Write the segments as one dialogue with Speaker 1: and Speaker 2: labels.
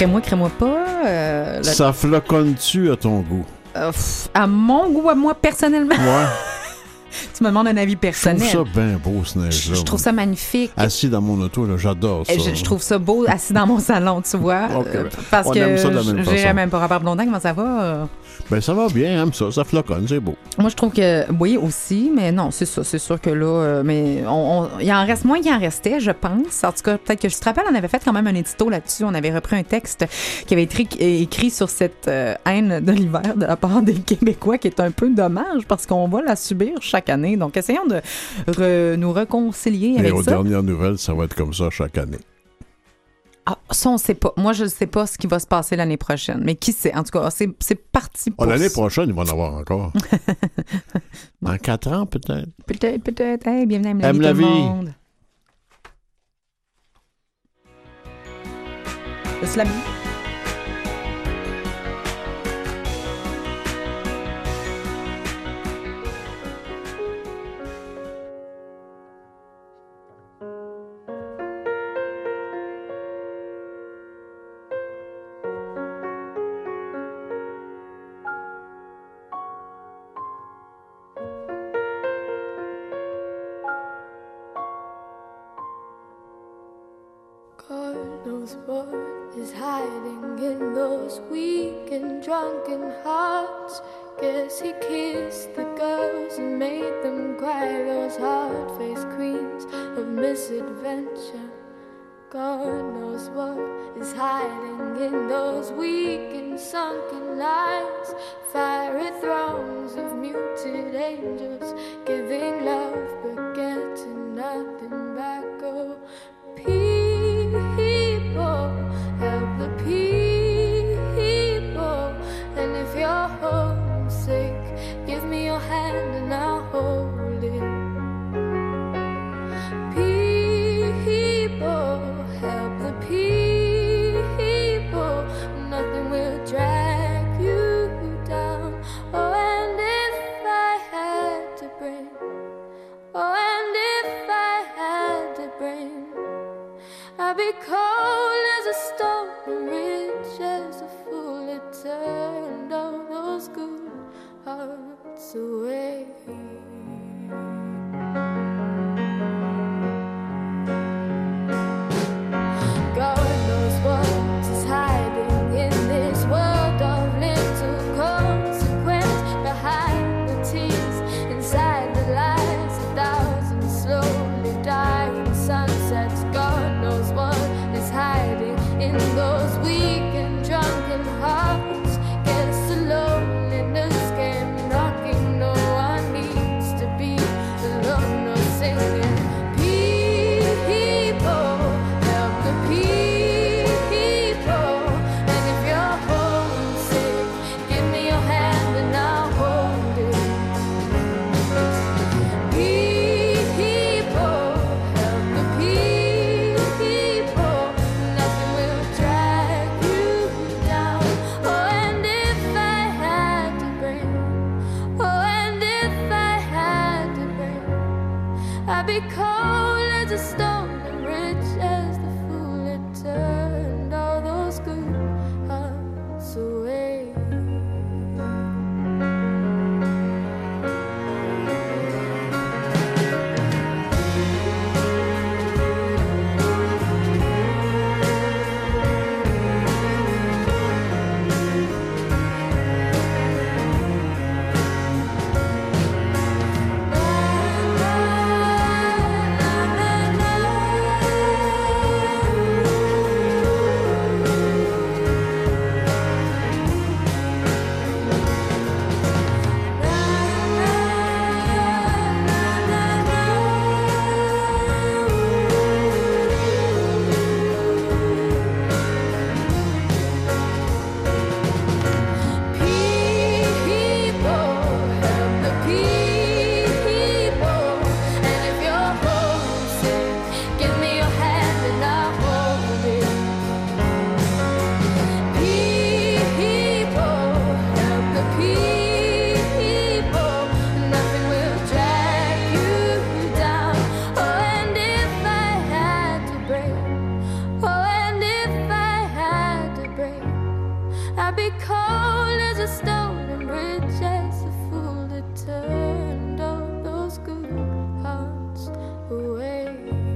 Speaker 1: Crémois pas.
Speaker 2: Ça floconne-tu à ton goût?
Speaker 1: À mon goût, à moi, personnellement.
Speaker 2: Ouais.
Speaker 1: Tu me demandes un avis personnel.
Speaker 2: Je trouve ça bien beau, ce neige-là.
Speaker 1: Je trouve ça magnifique.
Speaker 2: Assis dans mon auto, là, j'adore ça.
Speaker 1: Je trouve ça beau, assis dans mon salon, tu vois.
Speaker 2: Okay.
Speaker 1: Parce
Speaker 2: On
Speaker 1: que
Speaker 2: aime ça de la même
Speaker 1: j'irais
Speaker 2: façon.
Speaker 1: même pas. Robert Blondin, comment ça va?
Speaker 2: Ben, ça va bien, j'aime ça. Ça floconne, c'est beau.
Speaker 1: Moi, je trouve que, oui, aussi, mais non, c'est ça. C'est sûr que là, mais il en reste moins qu'il en restait, je pense. En tout cas, peut-être que je te rappelle, on avait fait quand même un édito là-dessus. On avait repris un texte qui avait été écrit sur cette haine de l'hiver de la part des Québécois, qui est un peu dommage parce qu'on va la subir chaque année. Donc, essayons de nous réconcilier avec
Speaker 2: Et aux
Speaker 1: ça.
Speaker 2: dernières nouvelles, ça va être comme ça chaque année.
Speaker 1: Ah, ça, on sait pas. Moi, je ne sais pas ce qui va se passer l'année prochaine. Mais qui sait? En tout cas, c'est parti pour
Speaker 2: L'année
Speaker 1: ça.
Speaker 2: prochaine, il va en avoir encore. Dans 4 ans, peut-être.
Speaker 1: Peut-être. Hey, bienvenue à
Speaker 2: Aime
Speaker 1: tout
Speaker 2: la
Speaker 1: le
Speaker 2: vie.
Speaker 1: monde. C'est la vie.
Speaker 3: God knows what is hiding in those weak and drunken hearts. Guess he kissed the girls and made them cry, those hard-faced queens of misadventure. God knows what is hiding in those weak and sunken lines, fiery thrones of muted angels, giving love but getting nothing back. Oh, people, help the people. And if you're homesick, give me your hand and I'll hold it. People, help the people. Nothing will drag you down. Oh, and if I had to bring, oh, and if I had I'd be cold as a stone and rich as a fool that turned all those good hearts away.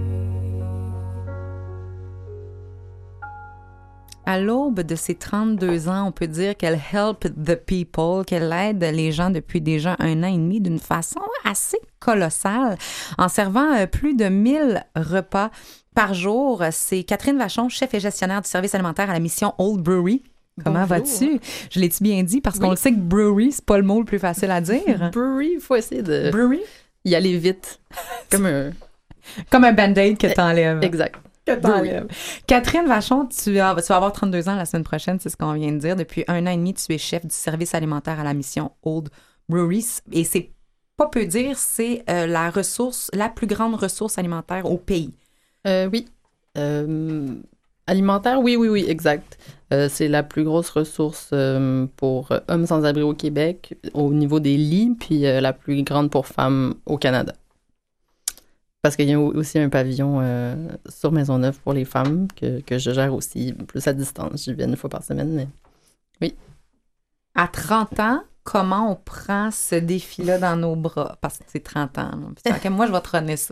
Speaker 1: À l'aube de ses 32 ans, on peut dire qu'elle help the people, qu'elle aide les gens depuis déjà 1 an et demi d'une façon assez colossale, en servant plus de 1000 repas par jour. C'est Catherine Vachon, chef et gestionnaire du service alimentaire à la mission Old Brewery. Comment vas-tu? Je l'ai-tu bien dit? Parce qu'on le sait que brewery, c'est pas le mot le plus facile à dire.
Speaker 4: Brewery, il faut essayer de
Speaker 1: Brewery?
Speaker 4: y aller vite. Comme
Speaker 1: un band-aid que t'enlèves.
Speaker 4: Exact.
Speaker 1: Catherine Vachon, tu vas avoir 32 ans la semaine prochaine, c'est ce qu'on vient de dire. Depuis 1 an et demi, tu es chef du service alimentaire à la mission Old Brewery. Et c'est pas peu dire, c'est la plus grande ressource alimentaire au pays.
Speaker 4: Oui. Alimentaire, oui, exact. C'est la plus grosse ressource pour hommes sans-abri au Québec au niveau des lits, puis la plus grande pour femmes au Canada. Parce qu'il y a aussi un pavillon sur Maisonneuve pour les femmes que je gère aussi plus à distance. J'y vais 1 fois par semaine, mais oui.
Speaker 1: À 30 ans, comment on prend ce défi-là dans nos bras? Parce que c'est 30 ans. Puis, moi, je vais te runner ça.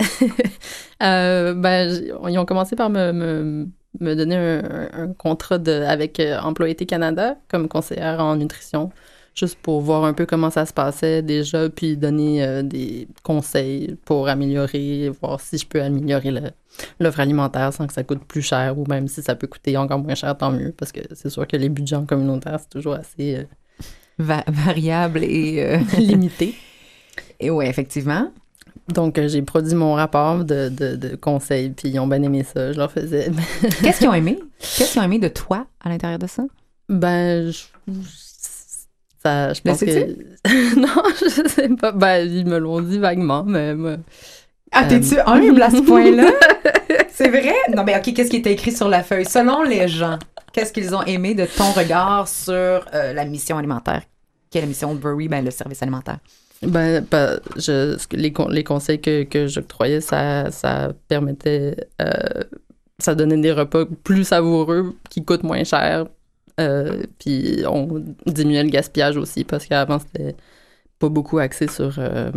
Speaker 4: Ils ont commencé par me donner un contrat avec Employété Canada comme conseillère en nutrition, juste pour voir un peu comment ça se passait déjà, puis donner des conseils pour améliorer, voir si je peux améliorer l'offre alimentaire sans que ça coûte plus cher, ou même si ça peut coûter encore moins cher, tant mieux, parce que c'est sûr que les budgets en communautaire, c'est toujours assez...
Speaker 1: variable et...
Speaker 4: limité.
Speaker 1: Et oui, effectivement.
Speaker 4: Donc, j'ai produit mon rapport de conseils, puis ils ont bien aimé ça, je leur faisais.
Speaker 1: Qu'est-ce qu'ils ont aimé? Qu'est-ce qu'ils ont aimé de toi à l'intérieur de ça?
Speaker 4: Je pense que... Non, je sais pas. Ils me l'ont dit vaguement, mais...
Speaker 1: t'es-tu humble à ce point-là? C'est vrai? Non, mais OK, qu'est-ce qui était écrit sur la feuille? Selon les gens, qu'est-ce qu'ils ont aimé de ton regard sur la mission alimentaire? Quelle est la mission de Brewery? Le service alimentaire.
Speaker 4: Les conseils que j'octroyais, ça permettait... ça donnait des repas plus savoureux, qui coûtent moins cher. Puis on diminuait le gaspillage aussi, parce qu'avant, c'était pas beaucoup axé sur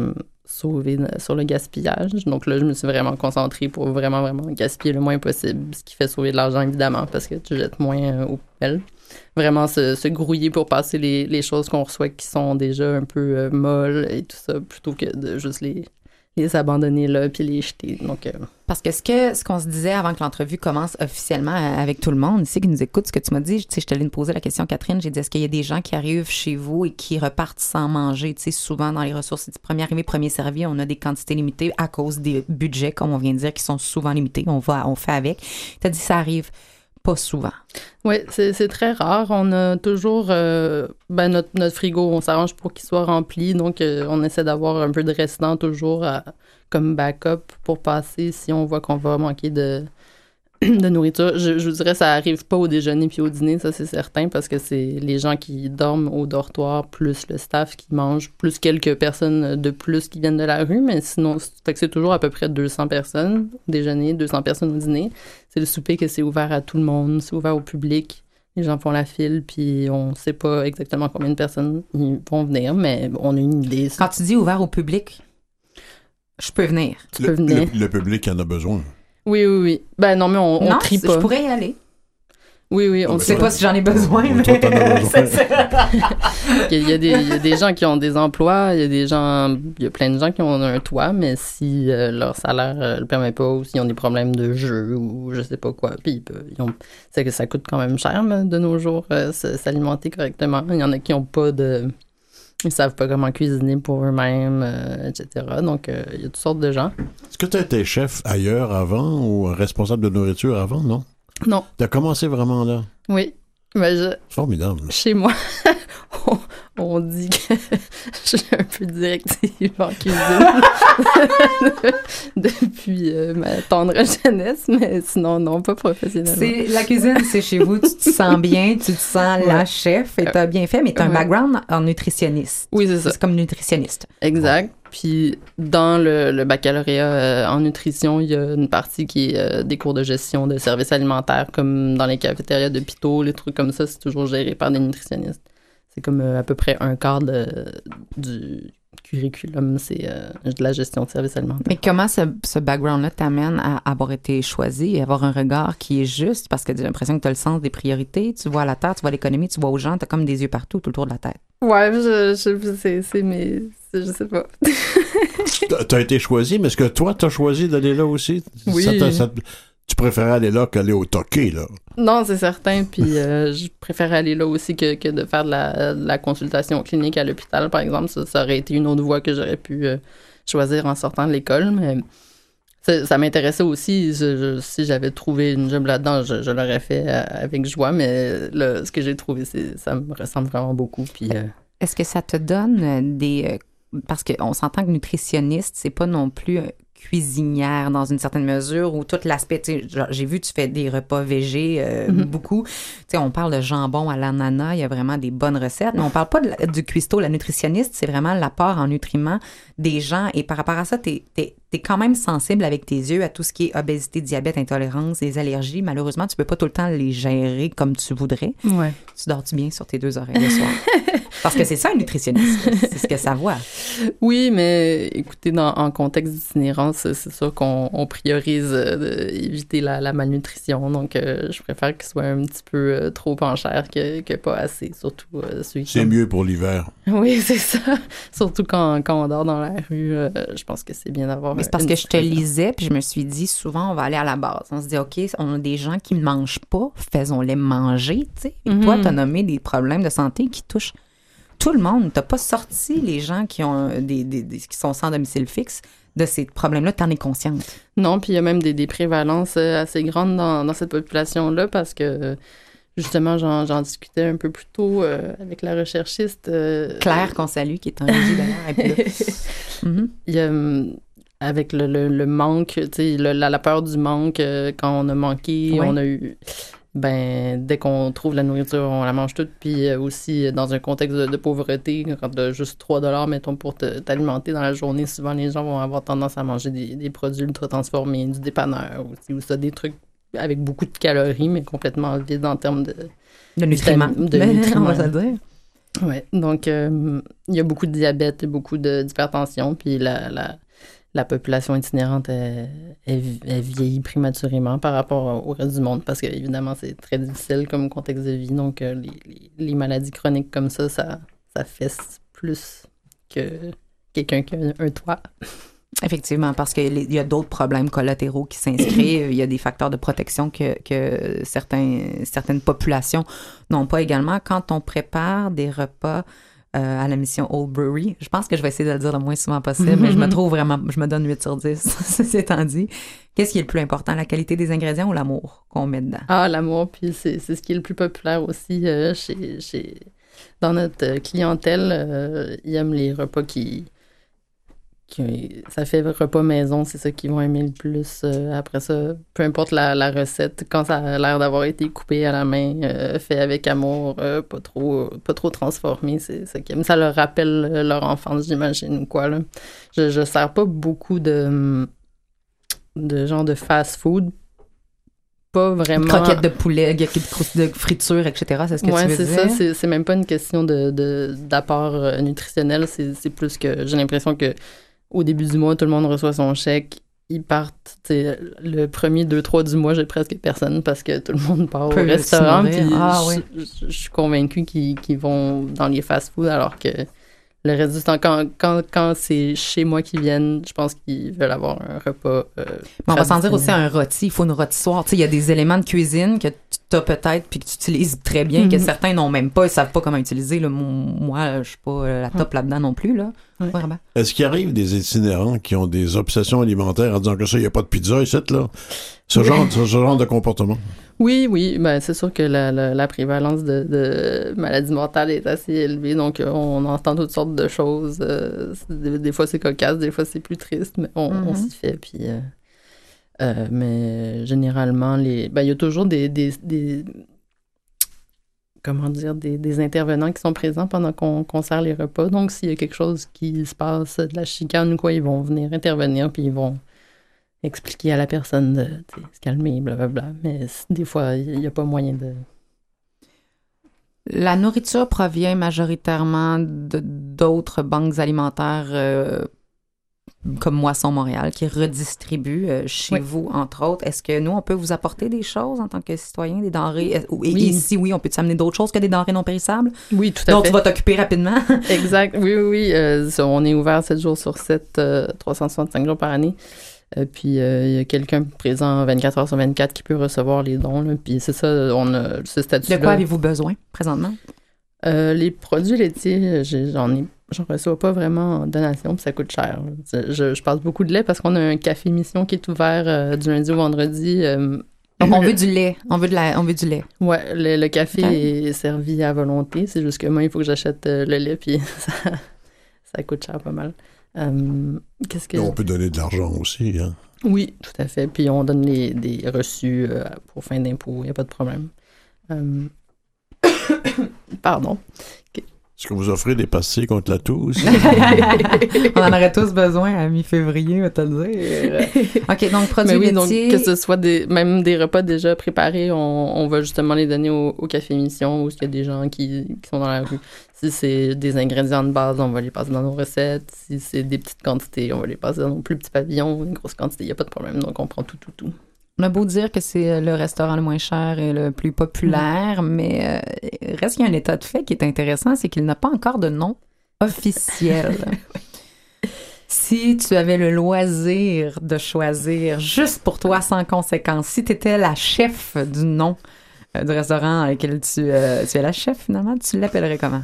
Speaker 4: le gaspillage. Donc là, je me suis vraiment concentrée pour vraiment, vraiment gaspiller le moins possible, ce qui fait sauver de l'argent, évidemment, parce que tu jettes moins aux poubelles. Vraiment se grouiller pour passer les choses qu'on reçoit qui sont déjà un peu molles et tout ça, plutôt que de juste les abandonner là puis les jeter. Donc,
Speaker 1: Parce que ce qu'on se disait avant que l'entrevue commence officiellement avec tout le monde ici qui nous écoute, ce que tu m'as dit, tu sais, je te l'ai posé la question, Catherine, j'ai dit, est-ce qu'il y a des gens qui arrivent chez vous et qui repartent sans manger? Tu sais, souvent dans les ressources, c'est premier arrivé, premier servi, on a des quantités limitées à cause des budgets, comme on vient de dire, qui sont souvent limités. On fait avec. Tu as dit, ça arrive pas souvent.
Speaker 4: Oui, c'est très rare. On a toujours notre frigo, on s'arrange pour qu'il soit rempli, donc on essaie d'avoir un peu de restant toujours comme backup pour passer si on voit qu'on va manquer de nourriture. Je vous dirais, ça arrive pas au déjeuner puis au dîner, ça c'est certain, parce que c'est les gens qui dorment au dortoir, plus le staff qui mange, plus quelques personnes de plus qui viennent de la rue, mais sinon, fait que c'est toujours à peu près 200 personnes au déjeuner, 200 personnes au dîner. C'est le souper que c'est ouvert à tout le monde, c'est ouvert au public. Les gens font la file, puis on sait pas exactement combien de personnes vont venir, mais on a une idée.
Speaker 1: Quand tu dis ouvert au public, je peux venir.
Speaker 4: Tu peux venir.
Speaker 2: Le public en a besoin.
Speaker 4: Oui. Ben non, mais on trie pas.
Speaker 1: Je pourrais y aller.
Speaker 4: Oui, on
Speaker 1: ne sait pas si j'en ai besoin, mais...
Speaker 2: Toi, t'en as besoin.
Speaker 4: Il y a des gens qui ont des emplois, il y a plein de gens qui ont un toit, mais si leur salaire le permet pas, ou s'ils ont des problèmes de jeu, ou je sais pas quoi, puis c'est que ça coûte quand même cher, de nos jours, s'alimenter correctement. Il y en a qui ont pas de... Ils savent pas comment cuisiner pour eux-mêmes, etc. Donc, il y a toutes sortes de gens.
Speaker 2: Est-ce que tu étais chef ailleurs avant ou responsable de nourriture avant, non?
Speaker 4: Non.
Speaker 2: Tu as commencé vraiment là?
Speaker 4: Oui.
Speaker 2: Formidable.
Speaker 4: Chez moi, on dit que je suis un peu directive en cuisine depuis ma tendre jeunesse, mais sinon, non, pas professionnellement.
Speaker 1: La cuisine, c'est chez vous, tu te sens bien, tu te sens la chef, et tu as bien fait, mais tu as un background en nutritionniste.
Speaker 4: Oui, c'est ça.
Speaker 1: C'est comme nutritionniste.
Speaker 4: Exact. Puis dans le baccalauréat en nutrition, il y a une partie qui est des cours de gestion de services alimentaires, comme dans les cafétérias d'hôpitaux, les trucs comme ça, c'est toujours géré par des nutritionnistes. C'est comme à peu près un quart du curriculum, c'est de la gestion de services alimentaires.
Speaker 1: Mais comment ce background-là t'amène à avoir été choisi et avoir un regard qui est juste? Parce que j'ai l'impression que tu as le sens des priorités, tu vois la terre, tu vois l'économie, tu vois aux gens, tu as comme des yeux partout tout autour de la tête.
Speaker 4: Ouais, je sais pas.
Speaker 2: T'as été choisi, mais est-ce que toi, t'as choisi d'aller là aussi?
Speaker 4: Oui.
Speaker 2: Tu préférais aller là qu'aller au Toqué, là?
Speaker 4: Non, c'est certain. Puis je préférais aller là aussi que de faire de la consultation clinique à l'hôpital, par exemple. Ça aurait été une autre voie que j'aurais pu choisir en sortant de l'école, mais ça m'intéressait aussi. Si j'avais trouvé une job là-dedans, je l'aurais fait avec joie, mais là, ce que j'ai trouvé, ça me ressemble vraiment beaucoup. Puis,
Speaker 1: Est-ce que ça te donne des... parce qu'on s'entend que nutritionniste, c'est pas non plus cuisinière dans une certaine mesure, ou tout l'aspect, tu sais, j'ai vu tu fais des repas végés beaucoup. Tu sais, on parle de jambon à l'ananas, il y a vraiment des bonnes recettes, mais on parle pas du cuistot. La nutritionniste, c'est vraiment l'apport en nutriments des gens, et par rapport à ça, t'es quand même sensible avec tes yeux à tout ce qui est obésité, diabète, intolérance, les allergies. Malheureusement, tu peux pas tout le temps les gérer comme tu voudrais.
Speaker 4: Ouais.
Speaker 1: Tu dors-tu bien sur tes 2 oreilles le soir? Parce que c'est ça, un nutritionniste. C'est ce que ça voit.
Speaker 4: Oui, mais écoutez, en contexte d'itinérance, c'est sûr qu'on priorise d'éviter la malnutrition. Donc, je préfère qu'il soit un petit peu trop en chair que pas assez, surtout celui qui...
Speaker 2: C'est mieux pour l'hiver.
Speaker 4: Oui, c'est ça. Surtout quand on dort dans la rue, je pense que c'est bien d'avoir...
Speaker 1: Mais c'est parce que je te lisais, puis je me suis dit, souvent, on va aller à la base. On se dit, OK, on a des gens qui ne mangent pas, faisons-les manger, tu sais. Et toi, tu as nommé des problèmes de santé qui touchent tout le monde. Tu n'as pas sorti les gens qui ont qui sont sans domicile fixe de ces problèmes-là. Tu en es consciente.
Speaker 4: Non, puis il y a même des prévalences assez grandes dans cette population-là parce que... Justement, j'en discutais un peu plus tôt avec la recherchiste.
Speaker 1: Claire, qu'on salue, qui est en régie d'ailleurs.
Speaker 4: Il y a, avec le manque, tu sais, la peur du manque, quand on a manqué, on a eu... Ben, dès qu'on trouve la nourriture, on la mange toute. Puis aussi, dans un contexte de pauvreté, quand tu as juste 3 $, mettons, pour t'alimenter dans la journée, souvent les gens vont avoir tendance à manger des produits ultra transformés, du dépanneur aussi, ou ça, des trucs avec beaucoup de calories, mais complètement vides en termes de
Speaker 1: nutriments. On va se dire.
Speaker 4: Oui, donc il y a beaucoup de diabète et beaucoup d'hypertension, puis la population itinérante elle vieillit prématurément par rapport au reste du monde, parce que évidemment c'est très difficile comme contexte de vie, donc les maladies chroniques comme ça fesse plus que quelqu'un qui a un toit.
Speaker 1: Effectivement, parce qu'il y a d'autres problèmes collatéraux qui s'inscrivent. Il y a des facteurs de protection que certaines populations n'ont pas également. Quand on prépare des repas à la mission Old Brewery, je pense que je vais essayer de le dire le moins souvent possible, mais je me donne 8 sur 10, ceci étant dit. Qu'est-ce qui est le plus important, la qualité des ingrédients ou l'amour qu'on met dedans?
Speaker 4: Ah, l'amour, puis c'est ce qui est le plus populaire aussi dans notre clientèle. Ils aiment les repas ça fait repas maison, c'est ça qu'ils vont aimer le plus. Après ça, peu importe la recette, quand ça a l'air d'avoir été coupé à la main, fait avec amour, pas trop transformé, c'est ça qu'ils aiment. Ça leur rappelle leur enfance, j'imagine, ou quoi, là. Je sers pas beaucoup de genre de fast-food. Pas vraiment...
Speaker 1: Croquettes de poulet, de friture, etc., c'est ce que tu veux dire?
Speaker 4: Oui, c'est ça. C'est même pas une question d'apport nutritionnel. C'est plus que j'ai l'impression que au début du mois, tout le monde reçoit son chèque. Ils partent, le premier 2-3 du mois, j'ai presque personne parce que tout le monde part au restaurant. Puis je suis convaincue qu'ils vont dans les fast-foods alors que le reste du temps, quand c'est chez moi qu'ils viennent, je pense qu'ils veulent avoir un repas.
Speaker 1: On va s'en dire aussi un rôti. Il faut une rôtissoire. Tu sais, il y a des éléments de cuisine que tu as peut-être puis que tu utilises très bien, que certains n'ont même pas, ils savent pas comment utiliser. Là. Moi, je suis pas la top là-dedans non plus. Là.
Speaker 4: Ouais.
Speaker 2: Est-ce qu'il arrive des itinérants qui ont des obsessions alimentaires en disant que ça, il n'y a pas de pizza ici, là? Ce genre de comportement? Oui.
Speaker 4: Ben, c'est sûr que la prévalence de maladies mentales est assez élevée, donc on entend toutes sortes de choses. Des fois, c'est cocasse, des fois, c'est plus triste, mais on s'y fait. Puis, mais généralement, il y a toujours des des intervenants qui sont présents pendant qu'on sert les repas. Donc, s'il y a quelque chose qui se passe, de la chicane ou quoi, ils vont venir intervenir, puis ils vont expliquer à la personne de se calmer, blablabla. Mais des fois, il n'y a pas moyen de...
Speaker 1: La nourriture provient majoritairement d'autres banques alimentaires comme Moisson Montréal, qui redistribue chez vous, entre autres. Est-ce que nous, on peut vous apporter des choses en tant que citoyen, des denrées? Et si oui, on peut t'amener d'autres choses que des denrées non périssables?
Speaker 4: Oui, tout à fait.
Speaker 1: Donc, tu vas t'occuper rapidement?
Speaker 4: Exact. Oui. On est ouvert 7 jours sur 7, 365 jours par année. Puis, il y a quelqu'un présent 24 heures sur 24 qui peut recevoir les dons. Là. Puis, c'est ça, on a ce statut-là.
Speaker 1: De quoi avez-vous besoin, présentement?
Speaker 4: Les produits laitiers, j'en reçois pas vraiment en donation, puis ça coûte cher. Je passe beaucoup de lait parce qu'on a un café mission qui est ouvert du lundi au vendredi.
Speaker 1: Donc, on veut du lait. On veut du lait.
Speaker 4: Ouais, le café est servi à volonté. C'est juste que moi, il faut que j'achète le lait, puis ça coûte cher pas mal.
Speaker 2: On peut donner de l'argent aussi, hein?
Speaker 4: Oui, tout à fait. Puis on donne des reçus pour fin d'impôt, il n'y a pas de problème. Pardon.
Speaker 2: Est-ce que vous offrez des pastilles contre la toux aussi?
Speaker 1: On en aurait tous besoin à mi-février, on va te le dire. OK, donc produits laitiers.
Speaker 4: Donc, que ce soit même des repas déjà préparés, on va justement les donner au café mission où il y a des gens qui sont dans la rue. Si c'est des ingrédients de base, on va les passer dans nos recettes. Si c'est des petites quantités, on va les passer dans nos plus petits pavillons. Une grosse quantité, il n'y a pas de problème. Donc, on prend tout.
Speaker 1: On a beau dire que c'est le restaurant le moins cher et le plus populaire, mais reste qu'il y a un état de fait qui est intéressant, c'est qu'il n'a pas encore de nom officiel. Si tu avais le loisir de choisir juste pour toi sans conséquence, si tu étais la chef du nom du restaurant dans lequel tu es la chef finalement, tu l'appellerais comment?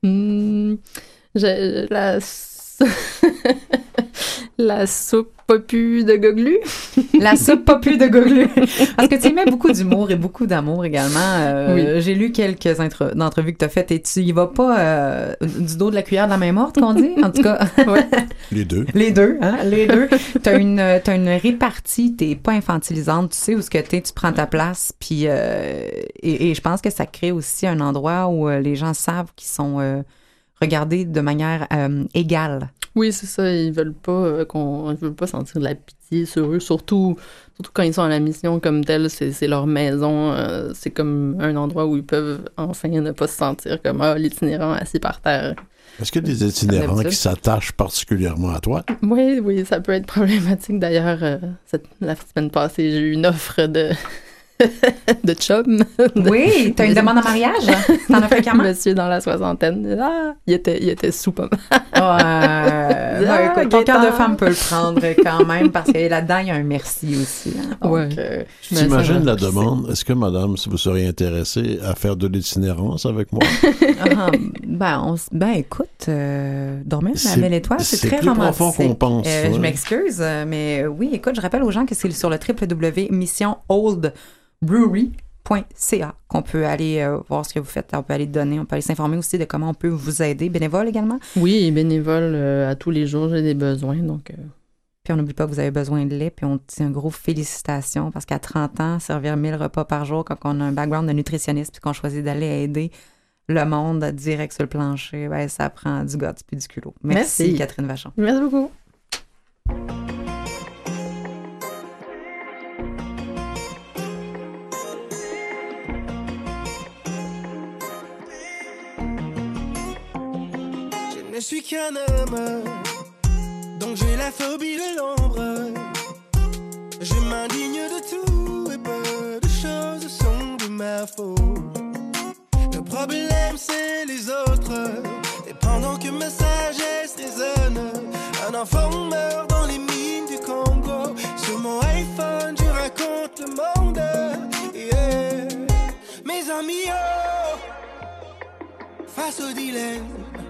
Speaker 4: La soupe Popu de Goglu.
Speaker 1: La soupe Popu de Goglu. Parce que tu y mets beaucoup d'humour et beaucoup d'amour également. Oui. J'ai lu quelques d'entrevues que tu as faites et tu y vas pas du dos de la cuillère de la main morte, qu'on dit. En tout cas. Ouais.
Speaker 2: Les deux.
Speaker 1: Les deux. T'as une répartie, t'es pas infantilisante. Tu sais où ce que t'es, tu prends ta place. Puis, et je pense que ça crée aussi un endroit où les gens savent qu'ils sont regardés de manière égale.
Speaker 4: Oui, c'est ça. Ils veulent pas sentir de la pitié sur eux, surtout quand ils sont à la mission comme telle. C'est leur maison. C'est comme un endroit où ils peuvent enfin ne pas se sentir comme l'itinérant assis par terre.
Speaker 2: Est-ce qu'il y a des itinérants qui s'attachent particulièrement à toi?
Speaker 4: Oui, ça peut être problématique. D'ailleurs, la semaine passée, j'ai eu une offre de chum.
Speaker 1: Oui, t'as une demande en mariage? T'en as fréquemment?
Speaker 4: Monsieur dans la soixantaine. Il était sous pas
Speaker 1: mal. Écoute, ton cœur de femme peut le prendre quand même parce que là-dedans, il y a un merci aussi. Hein. Donc,
Speaker 2: je t'imagine la demande. Est-ce que, madame, si vous seriez intéressée à faire de l'itinérance avec moi?
Speaker 1: Écoute, dormir sur la belle étoile, c'est très romantique.
Speaker 2: C'est plus profond qu'on pense.
Speaker 1: Je m'excuse, mais oui, écoute, je rappelle aux gens que c'est sur le www.missionoldbrewery.ca qu'on peut aller voir ce que vous faites. On peut aller donner, on peut aller s'informer aussi de comment on peut vous aider. Bénévole également?
Speaker 4: Oui, bénévole à tous les jours, j'ai des besoins, donc...
Speaker 1: Puis on n'oublie pas que vous avez besoin de lait, puis on te dit un gros félicitations, parce qu'à 30 ans, servir 1000 repas par jour, quand on a un background de nutritionniste, puis qu'on choisit d'aller aider le monde direct sur le plancher, ben, ça prend du guts puis du culot. Merci, Catherine Vachon.
Speaker 4: Merci beaucoup.
Speaker 3: Je suis qu'un homme, donc j'ai la phobie de l'ombre. Je m'indigne de tout et peu de choses sont de ma faute. Le problème c'est les autres, et pendant que ma sagesse résonne, un enfant meurt dans les mines du Congo. Sur mon iPhone je raconte le monde, yeah. Mes amis, face au dilemme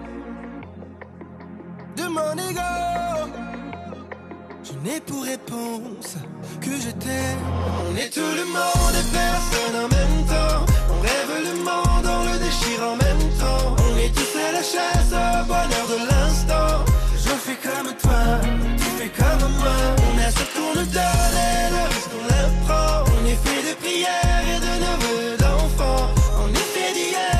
Speaker 3: de mon ego, je n'ai pour réponse que je t'aime. On est tout le monde et personne en même temps. On rêve le monde, on le déchire en même temps. On est tous à la chasse au bonheur de l'instant. Je fais comme toi, tu fais comme moi. On a ce qu'on nous donne et le reste on l'apprend. On est fait de prières et de neveux d'enfants. On est fait d'hier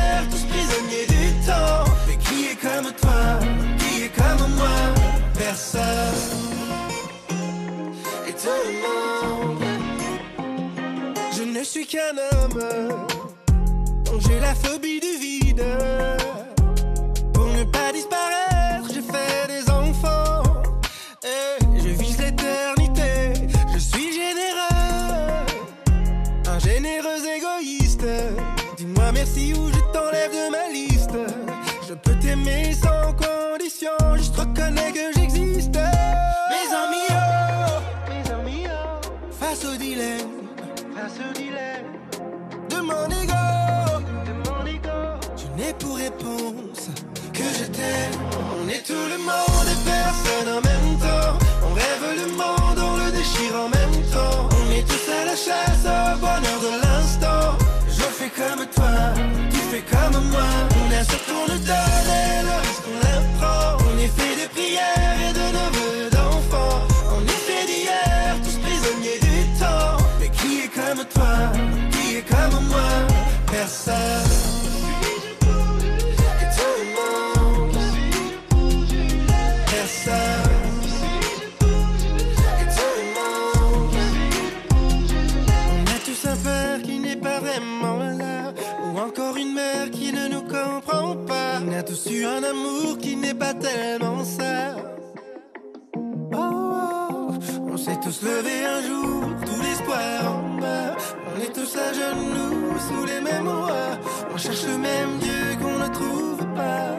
Speaker 5: ne suis qu'un homme, donc j'ai la phobie du vide. Pour ne pas disparaître, j'ai fait des enfants et je vise l'éternité. Je suis généreux, un généreux égoïste. Dis-moi merci ou je t'enlève de ma liste. Je peux t'aimer sans condition, juste reconnais que j'existe. Mes amis, face au dilemme de mon ego, je n'ai pour réponse que je t'aime. On est tout le monde et personne en même temps. On rêve le monde, on le déchire en même temps. On est tous à la chasse au bonheur de l'instant. Je fais comme toi, tu fais comme moi. On a ce qu'on nous donne et le reste on l'apprend. On est fait de prières et de neveux d'enfants. On est fait d'hier, tous prisonniers du temps. Mais qui est comme toi, qui est comme moi? Personne. Encore une mère qui ne nous comprend pas. On a tous eu un amour qui n'est pas tellement ça. Oh, oh. On s'est tous levés un jour, tout l'espoir en bas. On est tous à genoux, sous les mêmes rois. On cherche le même Dieu qu'on ne trouve pas.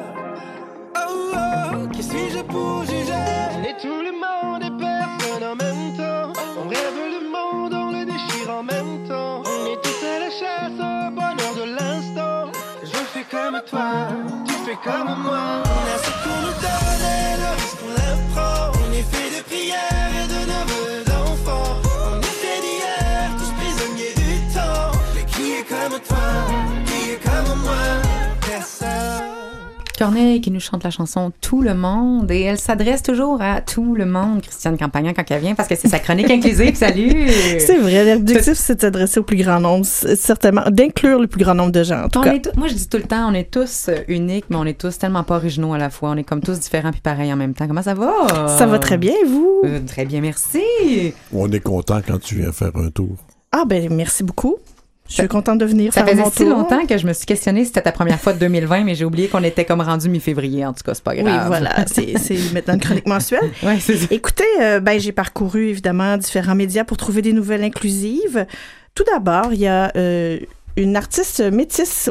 Speaker 5: Oh, oh, qui suis-je pour juger? On est tout le monde et personne en même temps. On rêve le monde, on le déchire en même temps. On est tous à la chasse au bonheur de l'instant. Je fais comme toi, tu fais comme moi. On a ce qu'on nous donne et le reste on l'apprend. On est fait de prières et de neveux d'enfants. On est fait d'hier, tous prisonniers du temps. Mais qui est comme toi, qui est comme moi? Personne.
Speaker 1: Corneille qui nous chante la chanson « Tout le monde » et elle s'adresse toujours à tout le monde, Christiane Campagnan, quand elle vient, parce que c'est sa chronique inclusive. Salut!
Speaker 6: C'est vrai, l'objectif, c'est de s'adresser au plus grand nombre, certainement, d'inclure le plus grand nombre de gens, en tout cas.
Speaker 1: Moi, je dis tout le temps, on est tous uniques, mais on est tous tellement pas originaux à la fois. On est comme tous différents puis pareils en même temps. Comment ça va?
Speaker 6: Ça va très bien, vous?
Speaker 1: Très bien, merci!
Speaker 2: On est content quand tu viens faire un tour.
Speaker 6: Ah, ben merci beaucoup. Je suis contente de venir
Speaker 1: faire
Speaker 6: mon tour.
Speaker 1: Ça faisait si longtemps que je me suis questionnée si c'était ta première fois de 2020, mais j'ai oublié qu'on était comme rendu mi-février. En tout cas, c'est pas grave.
Speaker 6: Oui, voilà. C'est maintenant une chronique mensuelle.
Speaker 1: Ouais, c'est ça.
Speaker 6: Écoutez, j'ai parcouru évidemment différents médias pour trouver des nouvelles inclusives. Tout d'abord, il y a une artiste métisse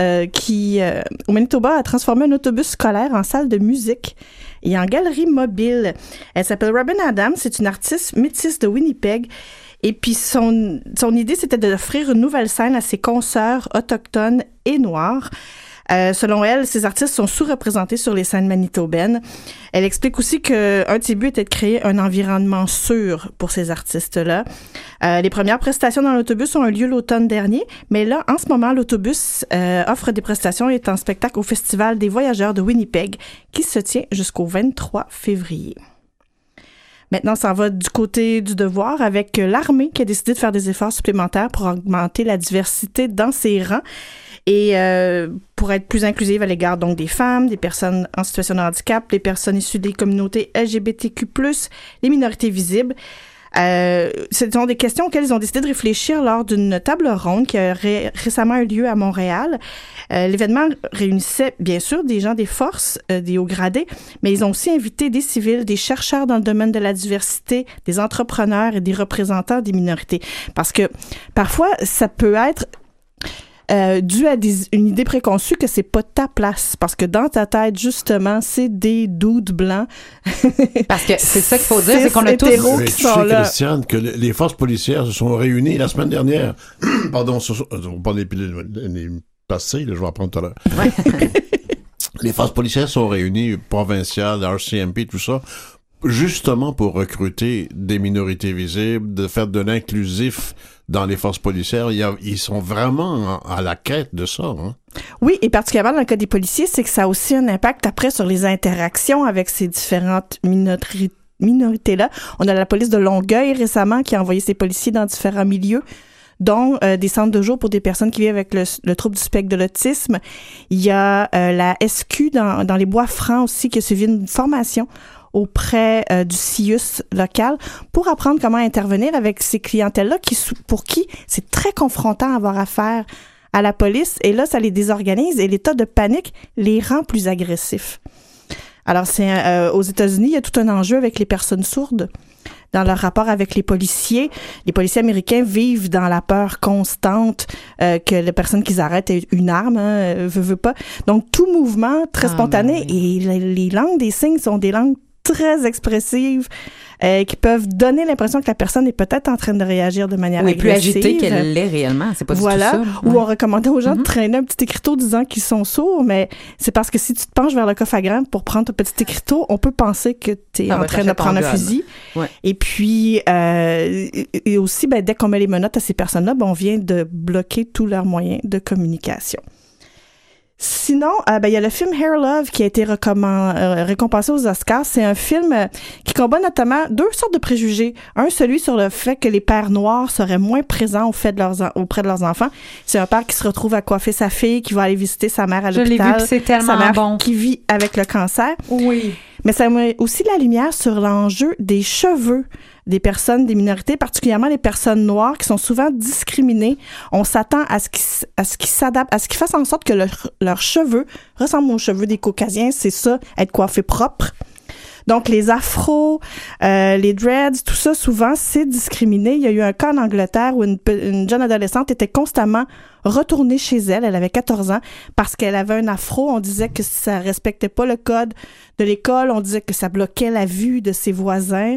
Speaker 6: qui, au Manitoba, a transformé un autobus scolaire en salle de musique et en galerie mobile. Elle s'appelle Robin Adams. C'est une artiste métisse de Winnipeg. Et puis, son idée, c'était d'offrir une nouvelle scène à ses consoeurs autochtones et noirs. Selon elle, ces artistes sont sous-représentés sur les scènes manitobaines. Elle explique aussi qu'un de ses buts était de créer un environnement sûr pour ces artistes-là. Les premières prestations dans l'autobus ont eu lieu l'automne dernier, mais là, en ce moment, l'autobus offre des prestations et est en spectacle au Festival des voyageurs de Winnipeg, qui se tient jusqu'au 23 février. Maintenant, ça va du côté du devoir avec l'armée qui a décidé de faire des efforts supplémentaires pour augmenter la diversité dans ses rangs et pour être plus inclusive à l'égard donc des femmes, des personnes en situation de handicap, les personnes issues des communautés LGBTQ+, les minorités visibles. Ce sont des questions auxquelles ils ont décidé de réfléchir lors d'une table ronde qui a récemment eu lieu à Montréal. L'événement réunissait bien sûr des gens des forces, des hauts gradés, mais ils ont aussi invité des civils, des chercheurs dans le domaine de la diversité, des entrepreneurs et des représentants des minorités. Parce que parfois, ça peut être dû à une idée préconçue que c'est pas ta place, parce que dans ta tête, justement, c'est des dudes blancs.
Speaker 1: Parce que c'est ça qu'il faut dire, c'est qu'on a tous...
Speaker 2: Mais tu sais, Christiane, que les forces policières se sont réunies la semaine dernière. Pardon, pas les pastilles, je vais apprendre tout à l'heure. Ouais. Les forces policières sont réunies, provinciales, RCMP, tout ça, justement pour recruter des minorités visibles, de faire de l'inclusif dans les forces policières. Ils sont vraiment à la quête de ça. Hein?
Speaker 6: Oui, et particulièrement dans le cas des policiers, c'est que ça a aussi un impact après sur les interactions avec ces différentes minorités-là. On a la police de Longueuil récemment qui a envoyé ses policiers dans différents milieux, dont des centres de jour pour des personnes qui vivent avec le trouble du spectre de l'autisme. Il y a la SQ dans les Bois-Francs aussi qui a suivi une formation auprès du CIUS local pour apprendre comment intervenir avec ces clientèles-là pour qui c'est très confrontant d'avoir affaire à la police. Et là, ça les désorganise et l'état de panique les rend plus agressifs. Alors, aux États-Unis, il y a tout un enjeu avec les personnes sourdes. Dans leur rapport avec les policiers américains vivent dans la peur constante que la personne qu'ils arrêtent ait une arme, veut pas. Donc, tout mouvement très spontané et les langues des signes sont des langues très expressives qui peuvent donner l'impression que la personne est peut-être en train de réagir de manière agressive.
Speaker 1: Plus agitée qu'elle l'est réellement. C'est pas du tout ça.
Speaker 6: Ou on recommandait aux gens de traîner un petit écriteau disant qu'ils sont sourds, mais c'est parce que si tu te penches vers le coffre à gants pour prendre ton petit écriteau, on peut penser que tu es en train de prendre un fusil. Ouais. Et puis, et aussi, dès qu'on met les menottes à ces personnes-là, on vient de bloquer tous leurs moyens de communication. Sinon, il y a le film Hair Love qui a été récompensé aux Oscars. C'est un film qui combat notamment deux sortes de préjugés. Un, celui sur le fait que les pères noirs seraient moins présents auprès de leurs enfants. C'est un père qui se retrouve à coiffer sa fille, qui va aller visiter sa mère à l'hôpital.
Speaker 1: Je l'ai vu, c'est tellement
Speaker 6: sa mère
Speaker 1: bon.
Speaker 6: Qui vit avec le cancer.
Speaker 1: Oui.
Speaker 6: Mais ça met aussi la lumière sur l'enjeu des cheveux des personnes, des minorités, particulièrement les personnes noires qui sont souvent discriminées. On s'attend à ce qu'ils s'adaptent, à ce qu'ils fassent en sorte que leurs cheveux ressemblent aux cheveux des Caucasiens. C'est ça, être coiffé propre. Donc, les afros, les dreads, tout ça, souvent, c'est discriminé. Il y a eu un cas en Angleterre où une jeune adolescente était constamment retournée chez elle. Elle avait 14 ans parce qu'elle avait un afro. On disait que ça respectait pas le code de l'école. On disait que ça bloquait la vue de ses voisins.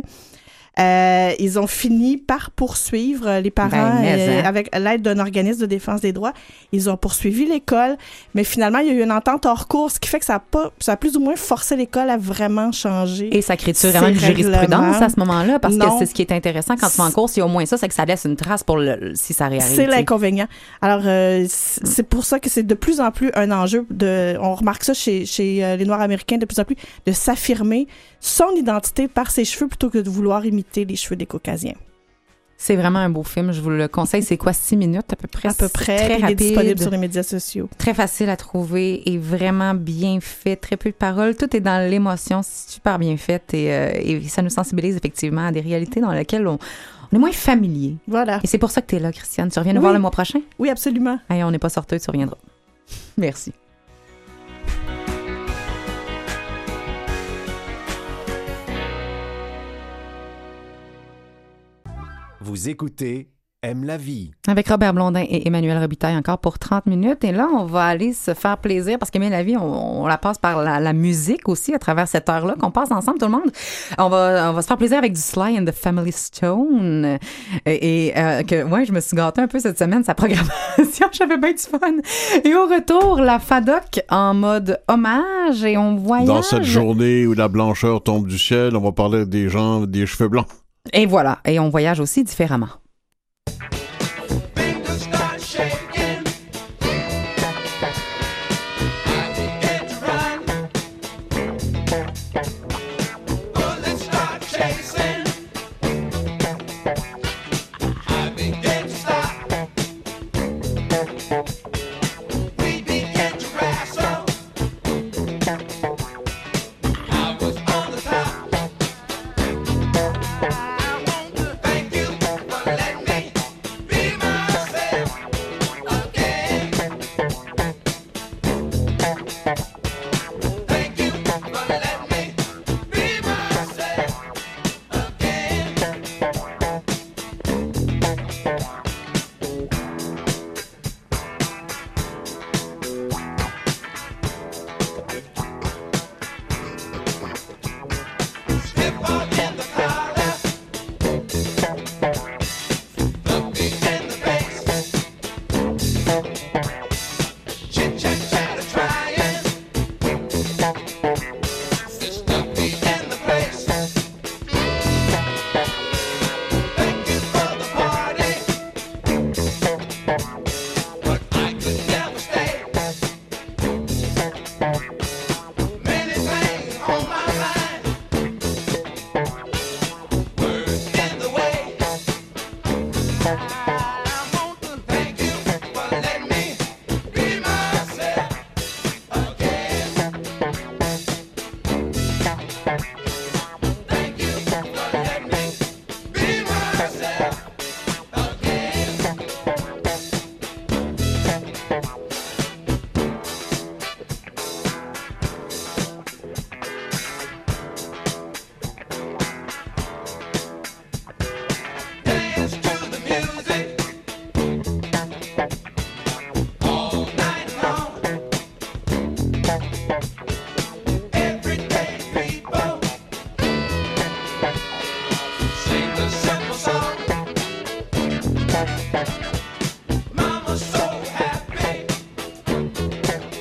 Speaker 6: Ils ont fini par poursuivre les parents avec l'aide d'un organisme de défense des droits. Ils ont poursuivi l'école, mais finalement, il y a eu une entente hors cours, ce qui fait que ça a plus ou moins forcé l'école à vraiment changer.
Speaker 1: Et ça crée-tu vraiment une jurisprudence à ce moment-là? Parce que c'est ce qui est intéressant quand tu vas en cours, c'est au moins ça, c'est que ça laisse une trace pour si ça réarrive.
Speaker 6: C'est l'inconvénient. Alors, c'est pour ça que c'est de plus en plus un enjeu on remarque ça chez les Noirs américains de plus en plus, de s'affirmer son identité par ses cheveux plutôt que de vouloir imiter les cheveux des Caucasiens.
Speaker 1: C'est vraiment un beau film, je vous le conseille. C'est quoi, 6 minutes à peu près?
Speaker 6: À peu près. Très rapide. Il est disponible sur les médias sociaux.
Speaker 1: Très facile à trouver et vraiment bien fait. Très peu de paroles. Tout est dans l'émotion, super bien fait et ça nous sensibilise effectivement à des réalités dans lesquelles on est moins familier.
Speaker 6: Voilà.
Speaker 1: Et c'est pour ça que tu es là, Christiane. Tu reviens nous voir le mois prochain?
Speaker 6: Oui, absolument.
Speaker 1: Hey, on n'est pas sorteux, tu reviendras. Merci.
Speaker 7: Vous écoutez Aime la vie.
Speaker 1: Avec Robert Blondin et Emmanuel Robitaille encore pour 30 minutes. Et là, on va aller se faire plaisir parce qu'Aime la vie, on la passe par la musique aussi à travers cette heure-là qu'on passe ensemble, tout le monde. On va se faire plaisir avec du Sly and the Family Stone. Je me suis gâtée un peu cette semaine, sa programmation. J'avais bien du fun. Et au retour, la FADOC en mode hommage et on voyage.
Speaker 2: Dans cette journée où la blancheur tombe du ciel, on va parler des gens des cheveux blancs.
Speaker 1: Et voilà. Et on voyage aussi différemment.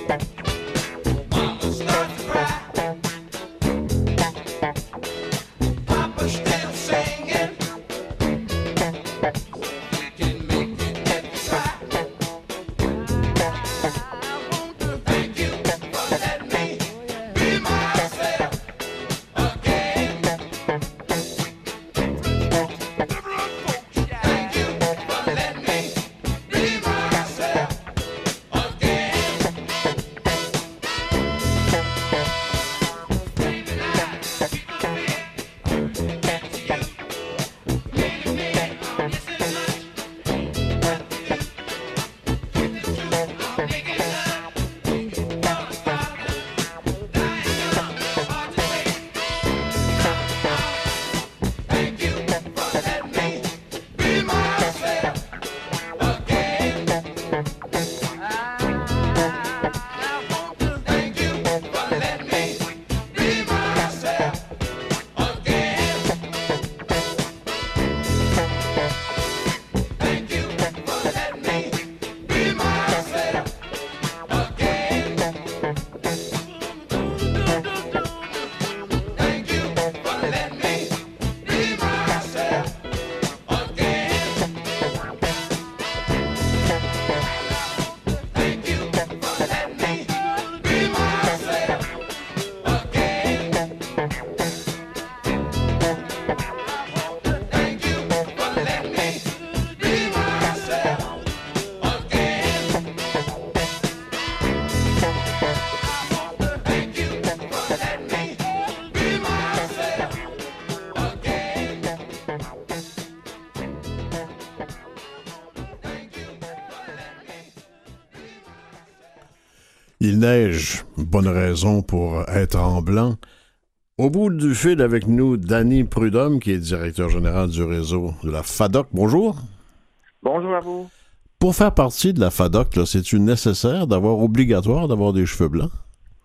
Speaker 2: Il neige, bonne raison pour être en blanc. Au bout du fil avec nous, Danny Prudhomme, qui est directeur général du réseau de la FADOC. Bonjour.
Speaker 8: Bonjour à vous.
Speaker 2: Pour faire partie de la FADOC, là, c'est-tu nécessaire obligatoire d'avoir des cheveux blancs?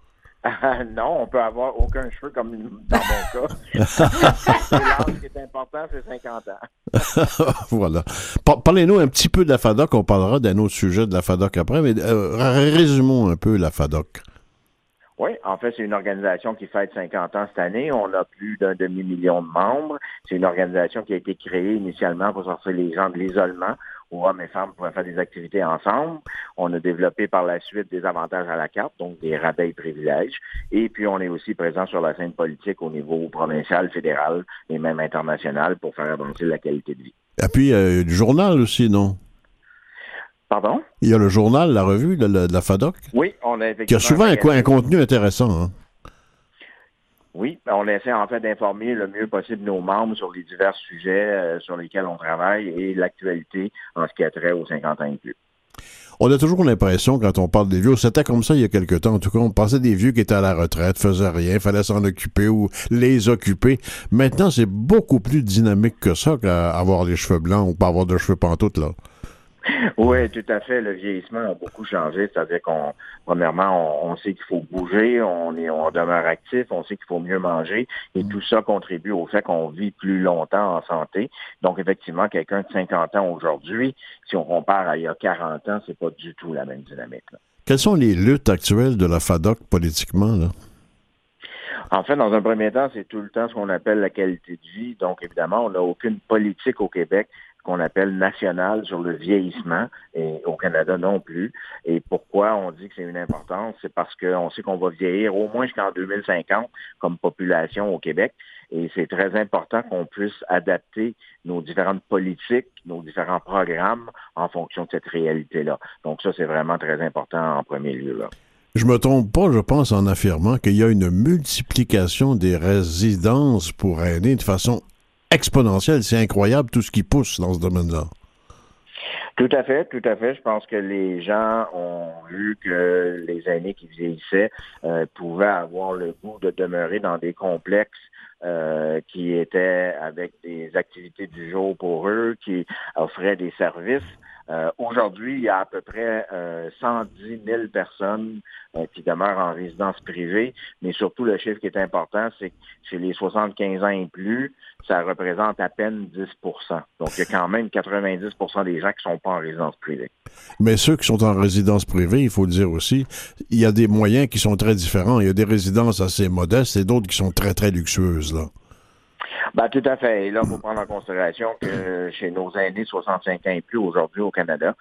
Speaker 8: Non, on peut avoir aucun cheveu comme dans mon cas. L'âge qui est important, c'est 50 ans.
Speaker 2: Voilà. Parlez-nous un petit peu de la FADOC. On parlera d'un autre sujet de la FADOC après, mais résumons un peu la FADOC.
Speaker 8: Oui, en fait, c'est une organisation qui fête 50 ans cette année. On a plus d'1 demi-million de membres. C'est une organisation qui a été créée initialement pour sortir les gens de l'isolement, où hommes et femmes pouvaient faire des activités ensemble. On a développé par la suite des avantages à la carte, donc des rabais et privilèges. Et puis, on est aussi présent sur la scène politique au niveau provincial, fédéral et même international pour faire avancer la qualité de vie.
Speaker 2: Et puis, il y a du journal aussi, non?
Speaker 8: Pardon?
Speaker 2: Il y a le journal, la revue de la FADOC.
Speaker 8: Oui, on a effectivement...
Speaker 2: Qui a souvent un contenu intéressant, hein?
Speaker 8: Oui, on essaie en fait d'informer le mieux possible nos membres sur les divers sujets sur lesquels on travaille et l'actualité en ce qui a trait aux 50 ans et plus.
Speaker 2: On a toujours l'impression, quand on parle des vieux, c'était comme ça il y a quelque temps, en tout cas, on pensait des vieux qui étaient à la retraite, faisaient rien, fallait s'en occuper ou les occuper. Maintenant, c'est beaucoup plus dynamique que ça qu'avoir les cheveux blancs ou pas avoir de cheveux pantoute, là.
Speaker 8: Oui, tout à fait. Le vieillissement a beaucoup changé. C'est-à-dire premièrement, on sait qu'il faut bouger, on demeure actif, on sait qu'il faut mieux manger, et tout ça contribue au fait qu'on vit plus longtemps en santé. Donc, effectivement, quelqu'un de 50 ans aujourd'hui, si on compare à il y a 40 ans, c'est pas du tout la même dynamique, là.
Speaker 2: Quelles sont les luttes actuelles de la FADOC politiquement, là?
Speaker 8: En fait, dans un premier temps, c'est tout le temps ce qu'on appelle la qualité de vie. Donc, évidemment, on n'a aucune politique au Québec qu'on appelle nationale sur le vieillissement, et au Canada non plus. Et pourquoi on dit que c'est une importance? C'est parce qu'on sait qu'on va vieillir au moins jusqu'en 2050 comme population au Québec. Et c'est très important qu'on puisse adapter nos différentes politiques, nos différents programmes en fonction de cette réalité-là. Donc ça, c'est vraiment très important en premier lieu, là.
Speaker 2: Je me trompe pas, je pense, en affirmant qu'il y a une multiplication des résidences pour aînés de façon exponentielle. C'est incroyable tout ce qui pousse dans ce domaine-là.
Speaker 8: Tout à fait, tout à fait. Je pense que les gens ont vu que les aînés qui vieillissaient pouvaient avoir le goût de demeurer dans des complexes qui étaient avec des activités du jour pour eux, qui offraient des services Aujourd'hui, il y a à peu près 110 000 personnes qui demeurent en résidence privée, mais surtout le chiffre qui est important, c'est que chez les 75 ans et plus, ça représente à peine 10 %. Donc, il y a quand même 90 % des gens qui ne sont pas en résidence privée.
Speaker 2: Mais ceux qui sont en résidence privée, il faut le dire aussi, il y a des moyens qui sont très différents. Il y a des résidences assez modestes et d'autres qui sont très, très luxueuses, là.
Speaker 8: Ben, tout à fait. Et là, il faut prendre en considération que chez nos aînés 65 ans et plus aujourd'hui au Canada,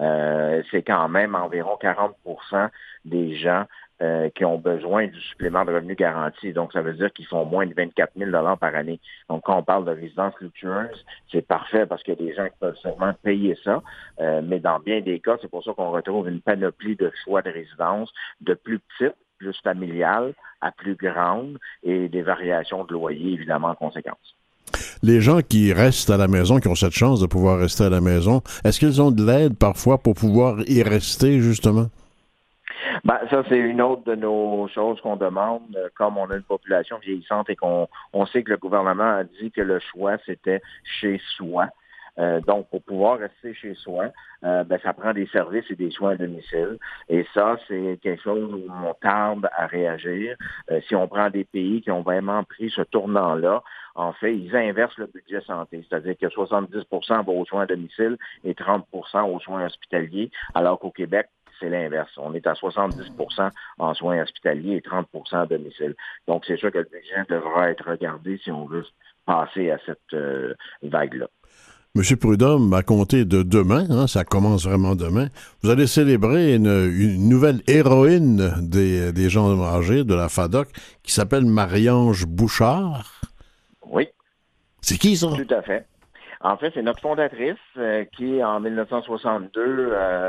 Speaker 8: c'est quand même environ 40 % des gens qui ont besoin du supplément de revenu garanti. Donc, ça veut dire qu'ils font moins de 24 000 $ par année. Donc, quand on parle de résidence luxueuse, c'est parfait parce qu'il y a des gens qui peuvent seulement payer ça. Mais dans bien des cas, c'est pour ça qu'on retrouve une panoplie de choix de résidence de plus petites, plus familiales, à plus grandes et des variations de loyer, évidemment, en conséquence.
Speaker 2: Les gens qui restent à la maison, qui ont cette chance de pouvoir rester à la maison, est-ce qu'ils ont de l'aide parfois pour pouvoir y rester, justement?
Speaker 8: Ben, ça, c'est une autre de nos choses qu'on demande, comme on a une population vieillissante et qu'on sait que le gouvernement a dit que le choix, c'était chez soi. Donc, pour pouvoir rester chez soi, ça prend des services et des soins à domicile. Et ça, c'est quelque chose où on tarde à réagir. Si on prend des pays qui ont vraiment pris ce tournant-là, en fait, ils inversent le budget santé. C'est-à-dire que 70 % va aux soins à domicile et 30 % aux soins hospitaliers, alors qu'au Québec, c'est l'inverse. On est à 70 % en soins hospitaliers et 30 % à domicile. Donc, c'est sûr que le budget devra être regardé si on veut passer à cette vague-là.
Speaker 2: Monsieur Prudhomme, à compter de demain, ça commence vraiment demain, vous allez célébrer une nouvelle héroïne des gens âgés de la FADOC qui s'appelle Marie-Ange Bouchard.
Speaker 8: Oui.
Speaker 2: C'est qui, ça?
Speaker 8: Tout à fait. En fait, c'est notre fondatrice qui, en 1962,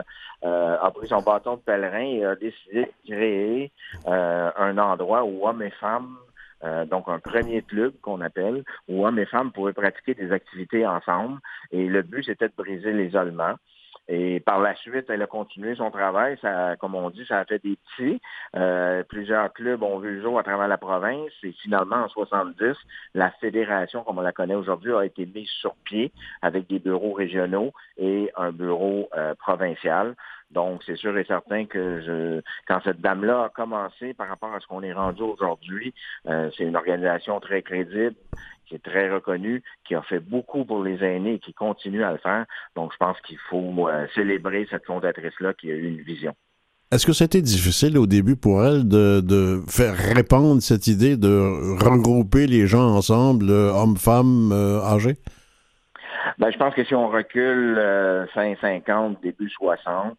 Speaker 8: a pris son bâton de pèlerin et a décidé de créer un endroit où hommes et femmes, donc un premier club qu'on appelle, où hommes et femmes pouvaient pratiquer des activités ensemble. Et le but, c'était de briser l'isolement. Et par la suite, elle a continué son travail. Ça, comme on dit, ça a fait des petits. Plusieurs clubs ont vu le jour à travers la province. Et finalement, en 70, la fédération, comme on la connaît aujourd'hui, a été mise sur pied avec des bureaux régionaux et un bureau provincial. Donc, c'est sûr et certain que quand cette dame-là a commencé par rapport à ce qu'on est rendu aujourd'hui, c'est une organisation très crédible, qui est très reconnue, qui a fait beaucoup pour les aînés et qui continue à le faire. Donc, je pense qu'il faut célébrer cette fondatrice-là qui a eu une vision.
Speaker 2: Est-ce que c'était difficile au début pour elle de faire répandre cette idée de regrouper les gens ensemble, hommes-femmes âgés?
Speaker 8: Ben, je pense que si on recule fin 50, début 60,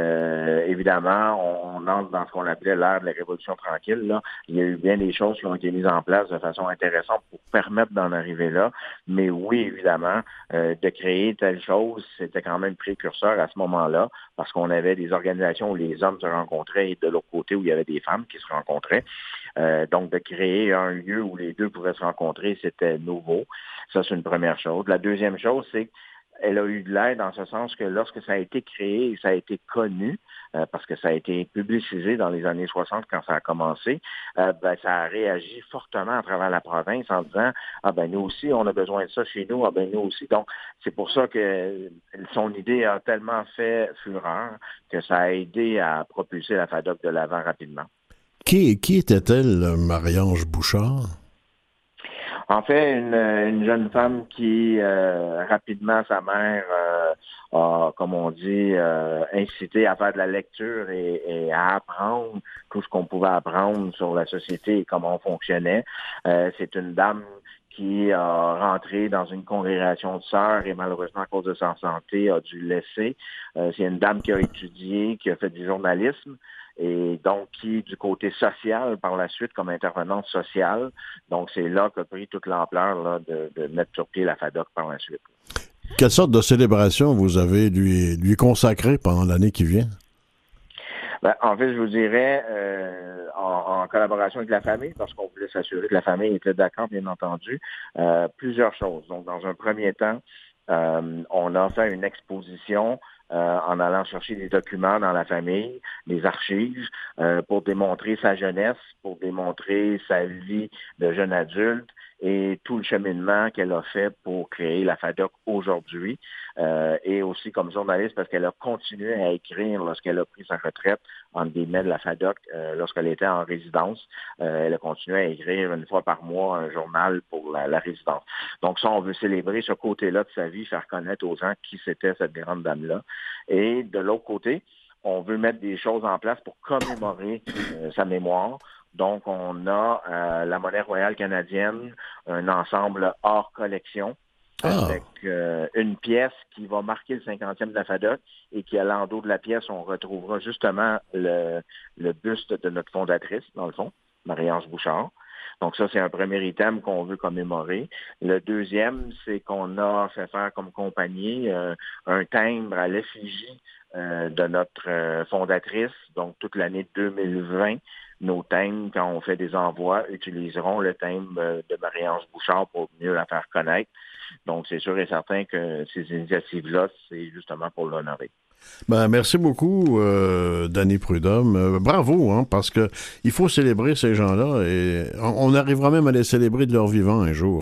Speaker 8: évidemment, on entre dans ce qu'on appelait l'ère de la Révolution tranquille. Là. Il y a eu bien des choses qui ont été mises en place de façon intéressante pour permettre d'en arriver là. Mais oui, évidemment, de créer telle chose, c'était quand même précurseur à ce moment-là, parce qu'on avait des organisations où les hommes se rencontraient et de l'autre côté où il y avait des femmes qui se rencontraient. Donc, de créer un lieu où les deux pouvaient se rencontrer, c'était nouveau. Ça, c'est une première chose. La deuxième chose, c'est qu'elle a eu de l'aide en ce sens que lorsque ça a été créé et ça a été connu, parce que ça a été publicisé dans les années 60 quand ça a commencé, ça a réagi fortement à travers la province en disant « Ah ben nous aussi, on a besoin de ça chez nous, ah ben nous aussi ». Donc, c'est pour ça que son idée a tellement fait fureur que ça a aidé à propulser la FADOC de l'avant rapidement.
Speaker 2: Qui était-elle, Marie-Ange Bouchard?
Speaker 8: En fait, une jeune femme qui, rapidement, sa mère a, comme on dit, incité à faire de la lecture et à apprendre tout ce qu'on pouvait apprendre sur la société et comment on fonctionnait. C'est une dame qui a rentré dans une congrégation de sœurs et malheureusement, à cause de sa santé, a dû laisser. C'est une dame qui a étudié, qui a fait du journalisme et donc qui, du côté social, par la suite, comme intervenante sociale. Donc, c'est là qu'a pris toute l'ampleur là, de mettre sur pied la FADOC par la suite.
Speaker 2: Quelle sorte de célébration vous avez lui consacrée pendant l'année qui vient?
Speaker 8: Ben, en fait, je vous dirais, en collaboration avec la famille, parce qu'on voulait s'assurer que la famille était d'accord, bien entendu, plusieurs choses. Donc, dans un premier temps, on a fait une exposition en allant chercher des documents dans la famille, des archives, pour démontrer sa jeunesse, pour démontrer sa vie de jeune adulte et tout le cheminement qu'elle a fait pour créer la FADOC aujourd'hui. Et aussi comme journaliste, parce qu'elle a continué à écrire lorsqu'elle a pris sa retraite, entre guillemets, de la FADOC, lorsqu'elle était en résidence. Elle a continué à écrire une fois par mois un journal pour la résidence. Donc ça, on veut célébrer ce côté-là de sa vie, faire connaître aux gens qui c'était cette grande dame-là. Et de l'autre côté, on veut mettre des choses en place pour commémorer sa mémoire. Donc, on a la Monnaie royale canadienne, un ensemble hors collection, avec une pièce qui va marquer le 50e de la FADOC et qui, à l'endos de la pièce, on retrouvera justement le buste de notre fondatrice, dans le fond, Marie-Ange Bouchard. Donc ça, c'est un premier item qu'on veut commémorer. Le deuxième, c'est qu'on a fait faire comme compagnie un timbre à l'effigie de notre fondatrice. Donc toute l'année 2020, nos timbres, quand on fait des envois, utiliseront le timbre de Marie-Ange Bouchard pour mieux la faire connaître. Donc c'est sûr et certain que ces initiatives-là, c'est justement pour l'honorer.
Speaker 2: Ben, merci beaucoup, Danny Prudhomme. Bravo, hein, parce que il faut célébrer ces gens-là et on arrivera même à les célébrer de leur vivant un jour.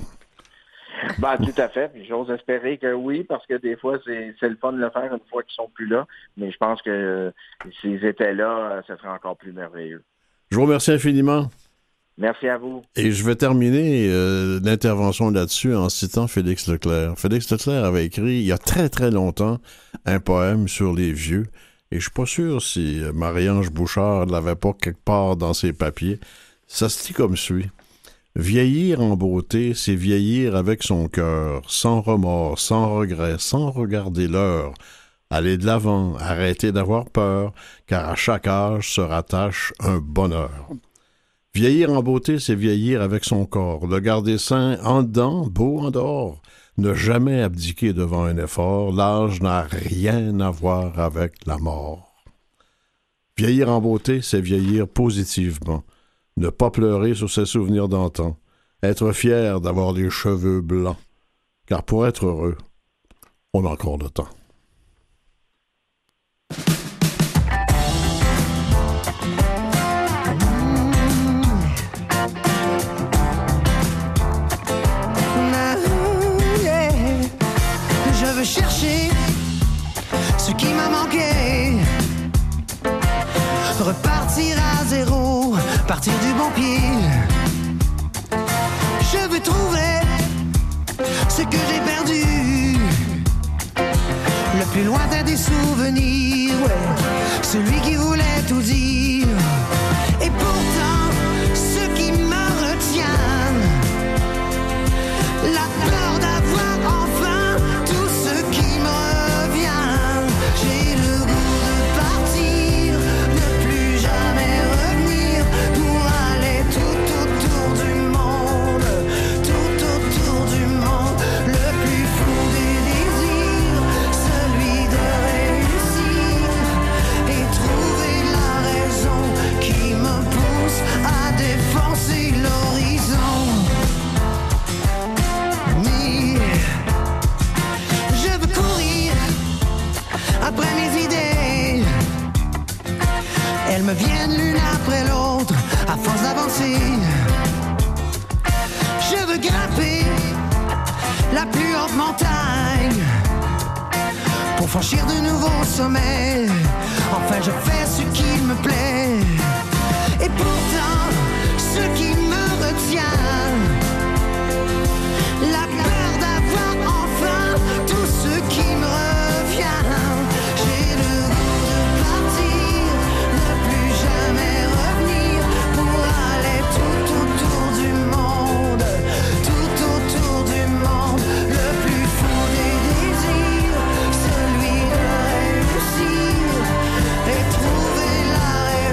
Speaker 8: Ben, tout à fait. Puis j'ose espérer que oui, parce que des fois, c'est le fun de le faire une fois qu'ils sont plus là. Mais je pense que s'ils étaient là, ça serait encore plus merveilleux.
Speaker 2: Je vous remercie infiniment.
Speaker 8: Merci à vous.
Speaker 2: Et je vais terminer l'intervention là-dessus en citant Félix Leclerc. Félix Leclerc avait écrit, il y a très très longtemps, un poème sur les vieux. Et je suis pas sûr si Marie-Ange Bouchard ne l'avait pas quelque part dans ses papiers. Ça se dit comme suit. Vieillir en beauté, c'est vieillir avec son cœur, sans remords, sans regret, sans regarder l'heure. Aller de l'avant, arrêter d'avoir peur, car à chaque âge se rattache un bonheur. Vieillir en beauté, c'est vieillir avec son corps, le garder sain en dedans, beau en dehors. Ne jamais abdiquer devant un effort, l'âge n'a rien à voir avec la mort. Vieillir en beauté, c'est vieillir positivement. Ne pas pleurer sur ses souvenirs d'antan. Être fier d'avoir les cheveux blancs. Car pour être heureux, on a encore le temps.
Speaker 9: Je veux chercher ce qui m'a manqué, repartir à zéro, partir du bon pied. Je veux trouver ce que j'ai perdu, le plus lointain des souvenirs, ouais, celui qui voulait tout dire. Et pourtant, ce qui me retient, la peur d'avoir enfin tout ce qui me revient. J'ai le goût de partir, ne plus jamais revenir, pour aller tout autour du monde, tout autour du monde. Le plus fou des désirs, celui de réussir et trouver la raison qui me pousse à défoncer l'horizon. Je veux courir après mes idées, elles me viennent l'une après l'autre à force d'avancer. Je veux grimper la plus haute montagne pour franchir de nouveaux sommets. Enfin je fais ce qu'il me plaît. Et pourtant ce qui me retient, la peur d'avoir enfin tout ce qui me revient. J'ai le goût de partir, ne plus jamais revenir, pour aller tout autour du monde, tout autour du monde. Le plus fou des désirs, celui de réussir et trouver la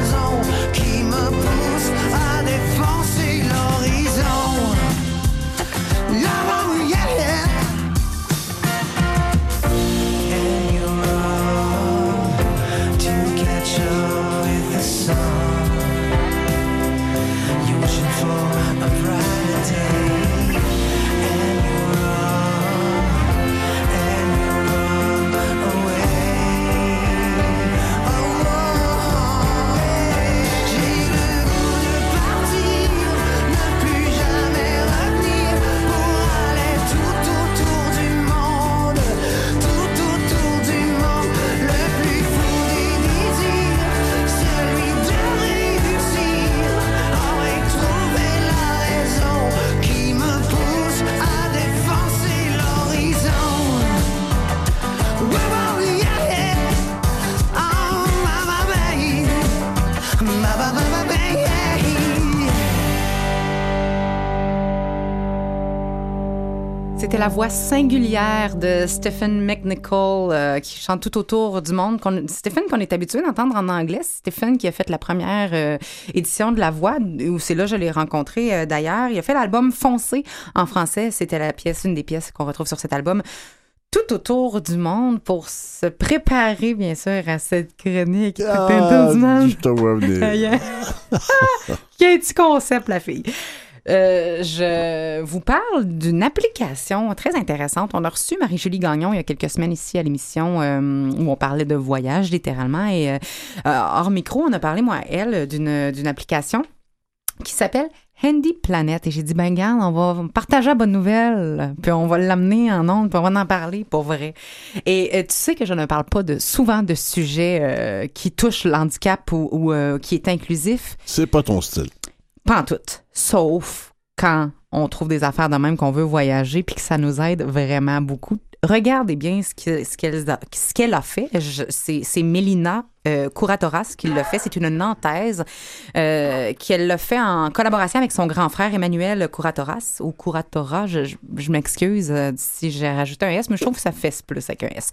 Speaker 1: C'était la voix singulière de Stephen McNichol qui chante tout autour du monde. Stephen qu'on est habitué d'entendre en anglais. Stephen qui a fait la première édition de La Voix, où c'est là que je l'ai rencontré d'ailleurs. Il a fait l'album Foncé en français. C'était une des pièces qu'on retrouve sur cet album. Tout autour du monde pour se préparer, bien sûr, à cette chronique.
Speaker 2: Je te vois venir.
Speaker 1: Qui a un petit concept, la fille. Je vous parle d'une application très intéressante. On a reçu Marie-Julie Gagnon il y a quelques semaines ici à l'émission où on parlait de voyage littéralement et hors micro, on a parlé, moi et elle, d'une application qui s'appelle Handy Planet. Et j'ai dit, ben regarde, on va partager la bonne nouvelle, puis on va l'amener en ondes, puis on va en parler pour vrai. Et tu sais que je ne parle pas souvent de sujets qui touchent l'handicap ou qui est inclusif.
Speaker 2: C'est pas ton style.
Speaker 1: Pas en tout. Sauf quand on trouve des affaires de même qu'on veut voyager puis que ça nous aide vraiment beaucoup. Regardez bien ce qu'elle a fait. C'est Mélina Kouratoras qui l'a fait. C'est une Nantaise qu'elle l'a fait en collaboration avec son grand frère Emmanuel Kouratoras ou Kouratora. Je m'excuse si j'ai rajouté un S, mais je trouve que ça fait plus avec un S.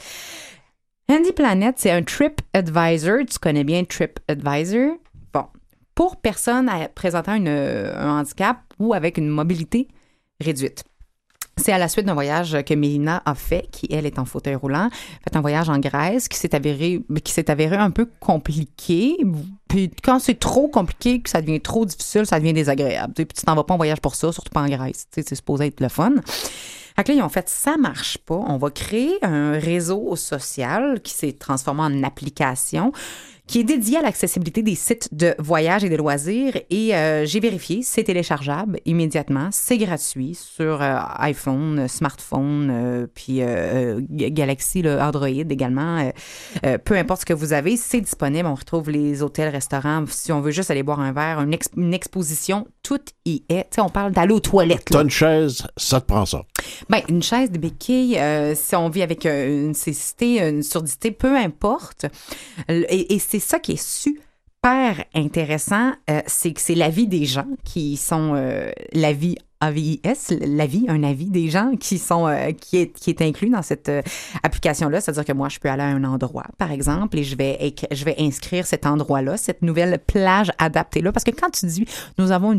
Speaker 1: Handy Planet, c'est un Trip Advisor. Tu connais bien Trip Advisor? Bon. Pour personnes présentant un handicap ou avec une mobilité réduite. C'est à la suite d'un voyage que Mélina a fait, qui, elle, est en fauteuil roulant, fait un voyage en Grèce qui s'est avéré un peu compliqué. Puis quand c'est trop compliqué, que ça devient trop difficile, ça devient désagréable. Puis tu t'en vas pas en voyage pour ça, surtout pas en Grèce. C'est supposé être le fun. Fait que là, ils ont fait, ça marche pas. On va créer un réseau social qui s'est transformé en application qui est dédié à l'accessibilité des sites de voyage et de loisirs. Et j'ai vérifié, c'est téléchargeable immédiatement. C'est gratuit sur iPhone, smartphone, puis Galaxy, là, Android également. Peu importe ce que vous avez, c'est disponible. On retrouve les hôtels, restaurants. Si on veut juste aller boire un verre, une exposition, tout y est. T'sais, on parle d'aller aux toilettes.
Speaker 2: T'as une chaise, ça te prend ça.
Speaker 1: Ben, une chaise, des béquilles, si on vit avec une cécité, une surdité, peu importe. Et c'est ça qui est super intéressant, c'est que c'est l'avis des gens qui sont l'avis AVIS, l'avis, un avis des gens qui est inclus dans cette application-là. C'est-à-dire que moi, je peux aller à un endroit, par exemple, et je vais inscrire cet endroit-là, cette nouvelle plage adaptée-là. Parce que quand tu lis, nous avons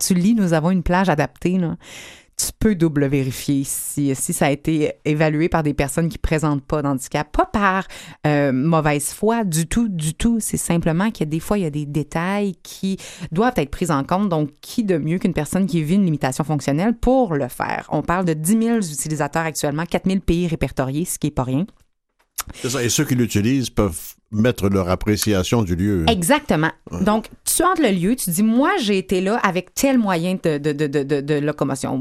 Speaker 1: une plage adaptée, là, tu peux double vérifier si ça a été évalué par des personnes qui ne présentent pas d'handicap. Pas par mauvaise foi du tout. C'est simplement qu'il y a des fois, il y a des détails qui doivent être pris en compte. Donc, qui de mieux qu'une personne qui vit une limitation fonctionnelle pour le faire? On parle de 10 000 utilisateurs actuellement, 4 000 pays répertoriés, ce qui n'est pas rien.
Speaker 2: C'est ça. Et ceux qui l'utilisent peuvent mettre leur appréciation du lieu.
Speaker 1: Exactement. Ouais. Donc, tu entres le lieu, tu dis, moi, j'ai été là avec tel moyen de locomotion.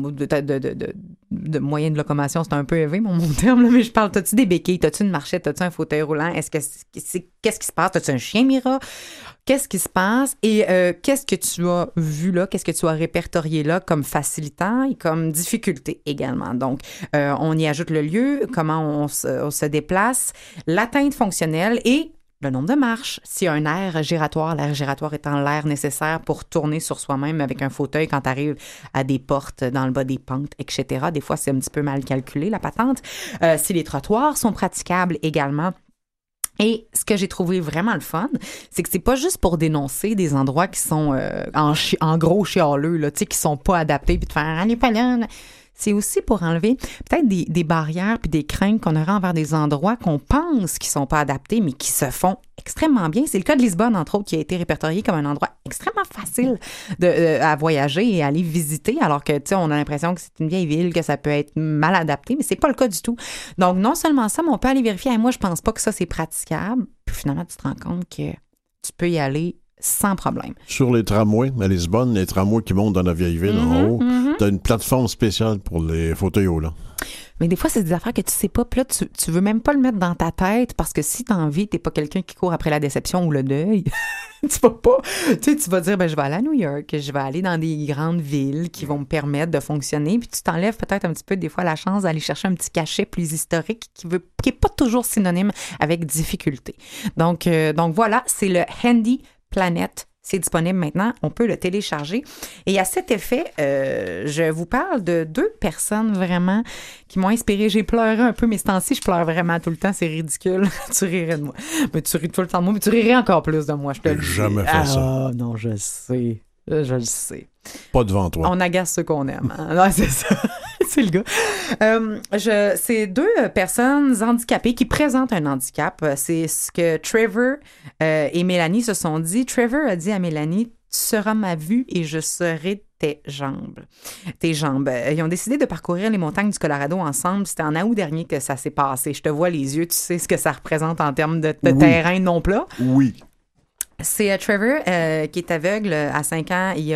Speaker 1: De moyen de locomotion, c'est un peu élevé, mon terme, là, mais je parle, t'as-tu des béquilles, t'as-tu une marchette, t'as-tu un fauteuil roulant, qu'est-ce qui se passe? T'as-tu un chien Mira? Qu'est-ce qui se passe? Et qu'est-ce que tu as vu là? Qu'est-ce que tu as répertorié là comme facilitant et comme difficulté également? Donc, on y ajoute le lieu, comment on se déplace, l'atteinte fonctionnelle et le nombre de marches. S'il y a un air giratoire, l'air giratoire étant l'air nécessaire pour tourner sur soi-même avec un fauteuil quand tu arrives à des portes dans le bas des pentes, etc. Des fois, c'est un petit peu mal calculé, la patente. Si les trottoirs sont praticables également. Et ce que j'ai trouvé vraiment le fun, c'est que c'est pas juste pour dénoncer des endroits qui sont en gros chialeux, là, tu sais, qui sont pas adaptés, puis de faire « allez pas là ». C'est aussi pour enlever peut-être des barrières puis des craintes qu'on aurait envers des endroits qu'on pense qui sont pas adaptés, mais qui se font extrêmement bien. C'est le cas de Lisbonne, entre autres, qui a été répertorié comme un endroit extrêmement facile à voyager et à aller visiter, alors que, tu sais, on a l'impression que c'est une vieille ville, que ça peut être mal adapté, mais c'est pas le cas du tout. Donc, non seulement ça, mais on peut aller vérifier. Moi, je pense pas que ça, c'est praticable. Puis finalement, tu te rends compte que tu peux y aller sans problème.
Speaker 2: Sur les tramways à Lisbonne, les tramways qui montent dans la vieille ville en haut, t'as une plateforme spéciale pour les fauteuils roulants.
Speaker 1: Mais des fois, c'est des affaires que tu sais pas. Puis là, tu veux même pas le mettre dans ta tête parce que si t'as envie, t'es pas quelqu'un qui court après la déception ou le deuil. Tu vas pas. Tu sais, tu vas dire, ben, je vais aller à New York, je vais aller dans des grandes villes qui vont me permettre de fonctionner. Puis tu t'enlèves peut-être un petit peu, des fois, la chance d'aller chercher un petit cachet plus historique qui est pas toujours synonyme avec difficulté. Donc voilà, c'est le Handy Planet C'est disponible maintenant. On peut le télécharger. Et à cet effet, je vous parle de 2 personnes vraiment qui m'ont inspiré. J'ai pleuré un peu, mais ce temps-ci, je pleure vraiment tout le temps. C'est ridicule. Tu rirais de moi. Mais tu ris tout le temps de moi, mais tu rirais encore plus de moi. Je te le dis.
Speaker 2: Jamais fait ça.
Speaker 1: Ah non, je le sais. Je le sais.
Speaker 2: Pas devant toi.
Speaker 1: On agace ceux qu'on aime. Hein? Non, c'est ça. C'est le gars. C'est 2 personnes handicapées qui présentent un handicap. C'est ce que Trevor et Mélanie se sont dit. Trevor a dit à Mélanie, tu seras ma vue et je serai tes jambes. Tes jambes. Ils ont décidé de parcourir les montagnes du Colorado ensemble. C'était en août dernier que ça s'est passé. Je te vois les yeux, tu sais ce que ça représente en termes de terrain non plat.
Speaker 2: Oui.
Speaker 1: C'est Trevor qui est aveugle à 5 ans. Il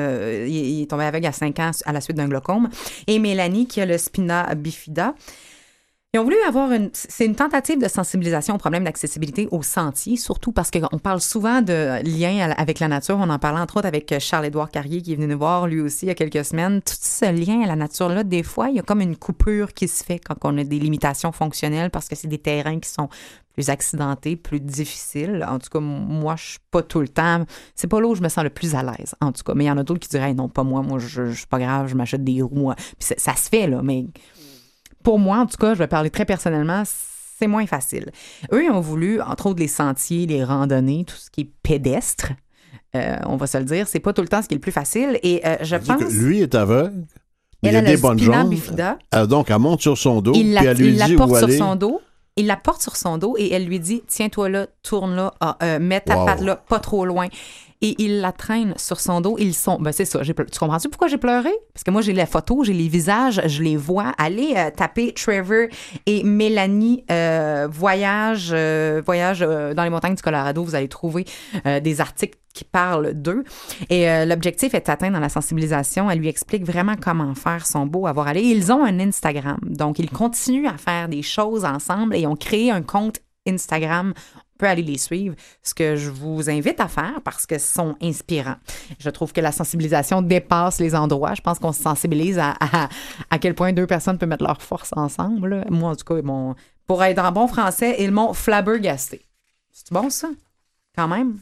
Speaker 1: est tombé aveugle à 5 ans à la suite d'un glaucome. Et Mélanie qui a le spina bifida. Ils ont voulu c'est une tentative de sensibilisation au problème d'accessibilité aux sentiers, surtout parce qu'on parle souvent de liens avec la nature. On en parlait entre autres avec Charles-Édouard Carrier qui est venu nous voir lui aussi il y a quelques semaines. Tout ce lien à la nature-là, des fois, il y a comme une coupure qui se fait quand on a des limitations fonctionnelles parce que c'est des terrains qui sont plus accidentés, plus difficiles. En tout cas, moi, je suis pas tout le temps... C'est pas là où je me sens le plus à l'aise, en tout cas. Mais il y en a d'autres qui diraient hey, « non, pas moi, je suis pas grave, je m'achète des roues. » Puis ça se fait, là, mais... Pour moi, en tout cas, je vais parler très personnellement, c'est moins facile. Eux, ils ont voulu, entre autres, les sentiers, les randonnées, tout ce qui est pédestre. On va se le dire, c'est pas tout le temps ce qui est le plus facile. Et je pense...
Speaker 2: Que lui est aveugle, mais il a
Speaker 1: le
Speaker 2: des bonnes
Speaker 1: spina
Speaker 2: jambes.
Speaker 1: bifida.
Speaker 2: Donc, elle monte sur son dos,
Speaker 1: Il
Speaker 2: puis elle lui
Speaker 1: la
Speaker 2: dit
Speaker 1: porte
Speaker 2: où
Speaker 1: sur
Speaker 2: aller.
Speaker 1: son dos. Il la porte sur son dos et elle lui dit « Tiens-toi là, tourne là, mets ta patte là, pas trop loin. » Et il la traîne sur son dos. Ils sont... Ben c'est ça. Tu comprends-tu pourquoi j'ai pleuré? Parce que moi, j'ai la photo, j'ai les visages, je les vois. Allez taper Trevor et Mélanie voyage dans les montagnes du Colorado. Vous allez trouver des articles qui parlent d'eux. Et l'objectif est atteint dans la sensibilisation. Elle lui explique vraiment comment faire son beau avoir allé. Ils ont un Instagram. Donc, ils continuent à faire des choses ensemble et ont créé un compte Instagram. On peut aller les suivre, ce que je vous invite à faire parce que sont inspirants. Je trouve que la sensibilisation dépasse les endroits. Je pense qu'on se sensibilise à quel point 2 personnes peuvent mettre leur force ensemble. Là. Moi, en tout cas, pour être en bon français, ils m'ont flabbergasté. C'est bon, ça? Quand même?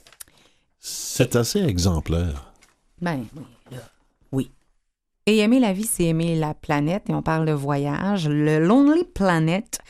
Speaker 2: C'est assez exemplaire.
Speaker 1: Ben, oui. Et aimer la vie, c'est aimer la planète. Et on parle de voyage. Le Lonely Planet...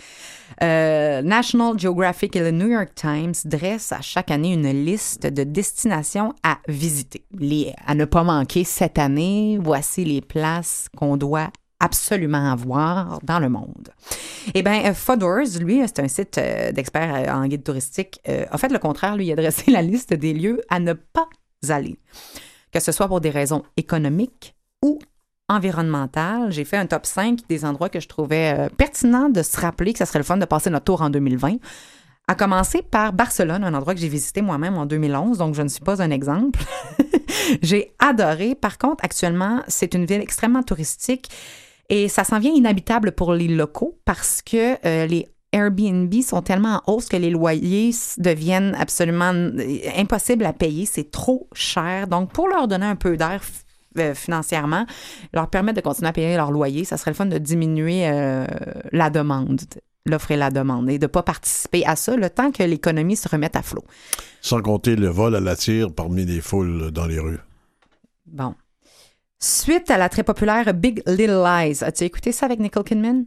Speaker 1: National Geographic et le New York Times dressent à chaque année une liste de destinations à visiter. À ne pas manquer cette année, voici les places qu'on doit absolument avoir dans le monde. Eh bien, Fodors, lui, c'est un site d'experts en guide touristique, a fait le contraire. Lui, il a dressé la liste des lieux à ne pas aller, que ce soit pour des raisons économiques ou environnementale. J'ai fait un top 5 des endroits que je trouvais pertinent de se rappeler que ça serait le fun de passer notre tour en 2020. À commencer par Barcelone, un endroit que j'ai visité moi-même en 2011, donc je ne suis pas un exemple. J'ai adoré. Par contre, actuellement, c'est une ville extrêmement touristique et ça s'en vient inhabitable pour les locaux parce que les Airbnb sont tellement en hausse que les loyers deviennent absolument impossibles à payer. C'est trop cher. Donc, pour leur donner un peu d'air financièrement, leur permettre de continuer à payer leur loyer, ça serait le fun de diminuer la demande, l'offre et la demande, et de ne pas participer à ça le temps que l'économie se remette à flot.
Speaker 2: Sans compter le vol à la tire parmi les foules dans les rues.
Speaker 1: Bon. Suite à la très populaire Big Little Lies, as-tu écouté ça avec Nicole Kidman?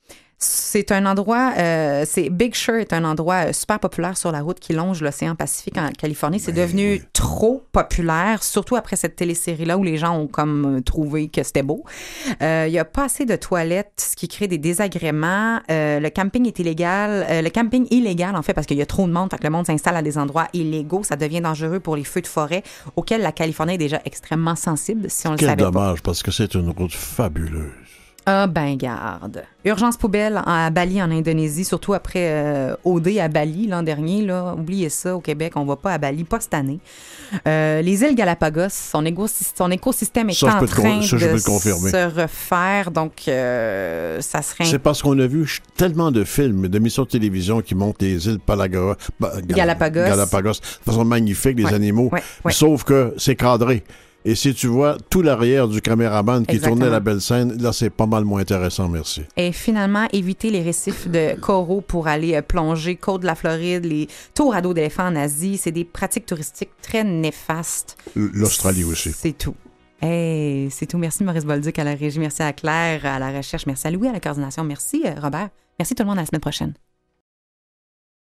Speaker 1: C'est un endroit, Big Sur est un endroit super populaire sur la route qui longe l'océan Pacifique en Californie. C'est devenu trop populaire, surtout après cette télésérie-là où les gens ont comme trouvé que c'était beau. Il n'y a pas assez de toilettes, ce qui crée des désagréments. Le camping est illégal. Le camping illégal, en fait, parce qu'il y a trop de monde, fait que le monde s'installe à des endroits illégaux. Ça devient dangereux pour les feux de forêt, auxquels la Californie est déjà extrêmement sensible, si on le savait pas.
Speaker 2: Quel dommage, parce que c'est une route fabuleuse.
Speaker 1: Ah ben garde. Urgence poubelle à Bali en Indonésie, surtout après OD à Bali l'an dernier. Là. Oubliez ça, au Québec, on va pas à Bali, pas cette année. Les îles Galapagos, son écosystème est en train de se refaire, donc ça serait...
Speaker 2: C'est parce qu'on a vu tellement de films, d'émissions de télévision qui montrent les îles
Speaker 1: Galapagos
Speaker 2: de façon magnifique, les animaux, sauf que c'est cadré. Et si tu vois tout l'arrière du caméraman qui
Speaker 1: Exactement.
Speaker 2: tournait la belle scène, là, c'est pas mal moins intéressant, merci.
Speaker 1: Et finalement, éviter les récifs de coraux pour aller plonger, côte de la Floride, les tours à dos d'éléphants en Asie, c'est des pratiques touristiques très néfastes.
Speaker 2: L'Australie aussi.
Speaker 1: C'est tout. Hey, c'est tout. Merci Maurice Bolduc à la régie. Merci à Claire à la recherche. Merci à Louis à la coordination. Merci Robert. Merci tout le monde. À la semaine prochaine.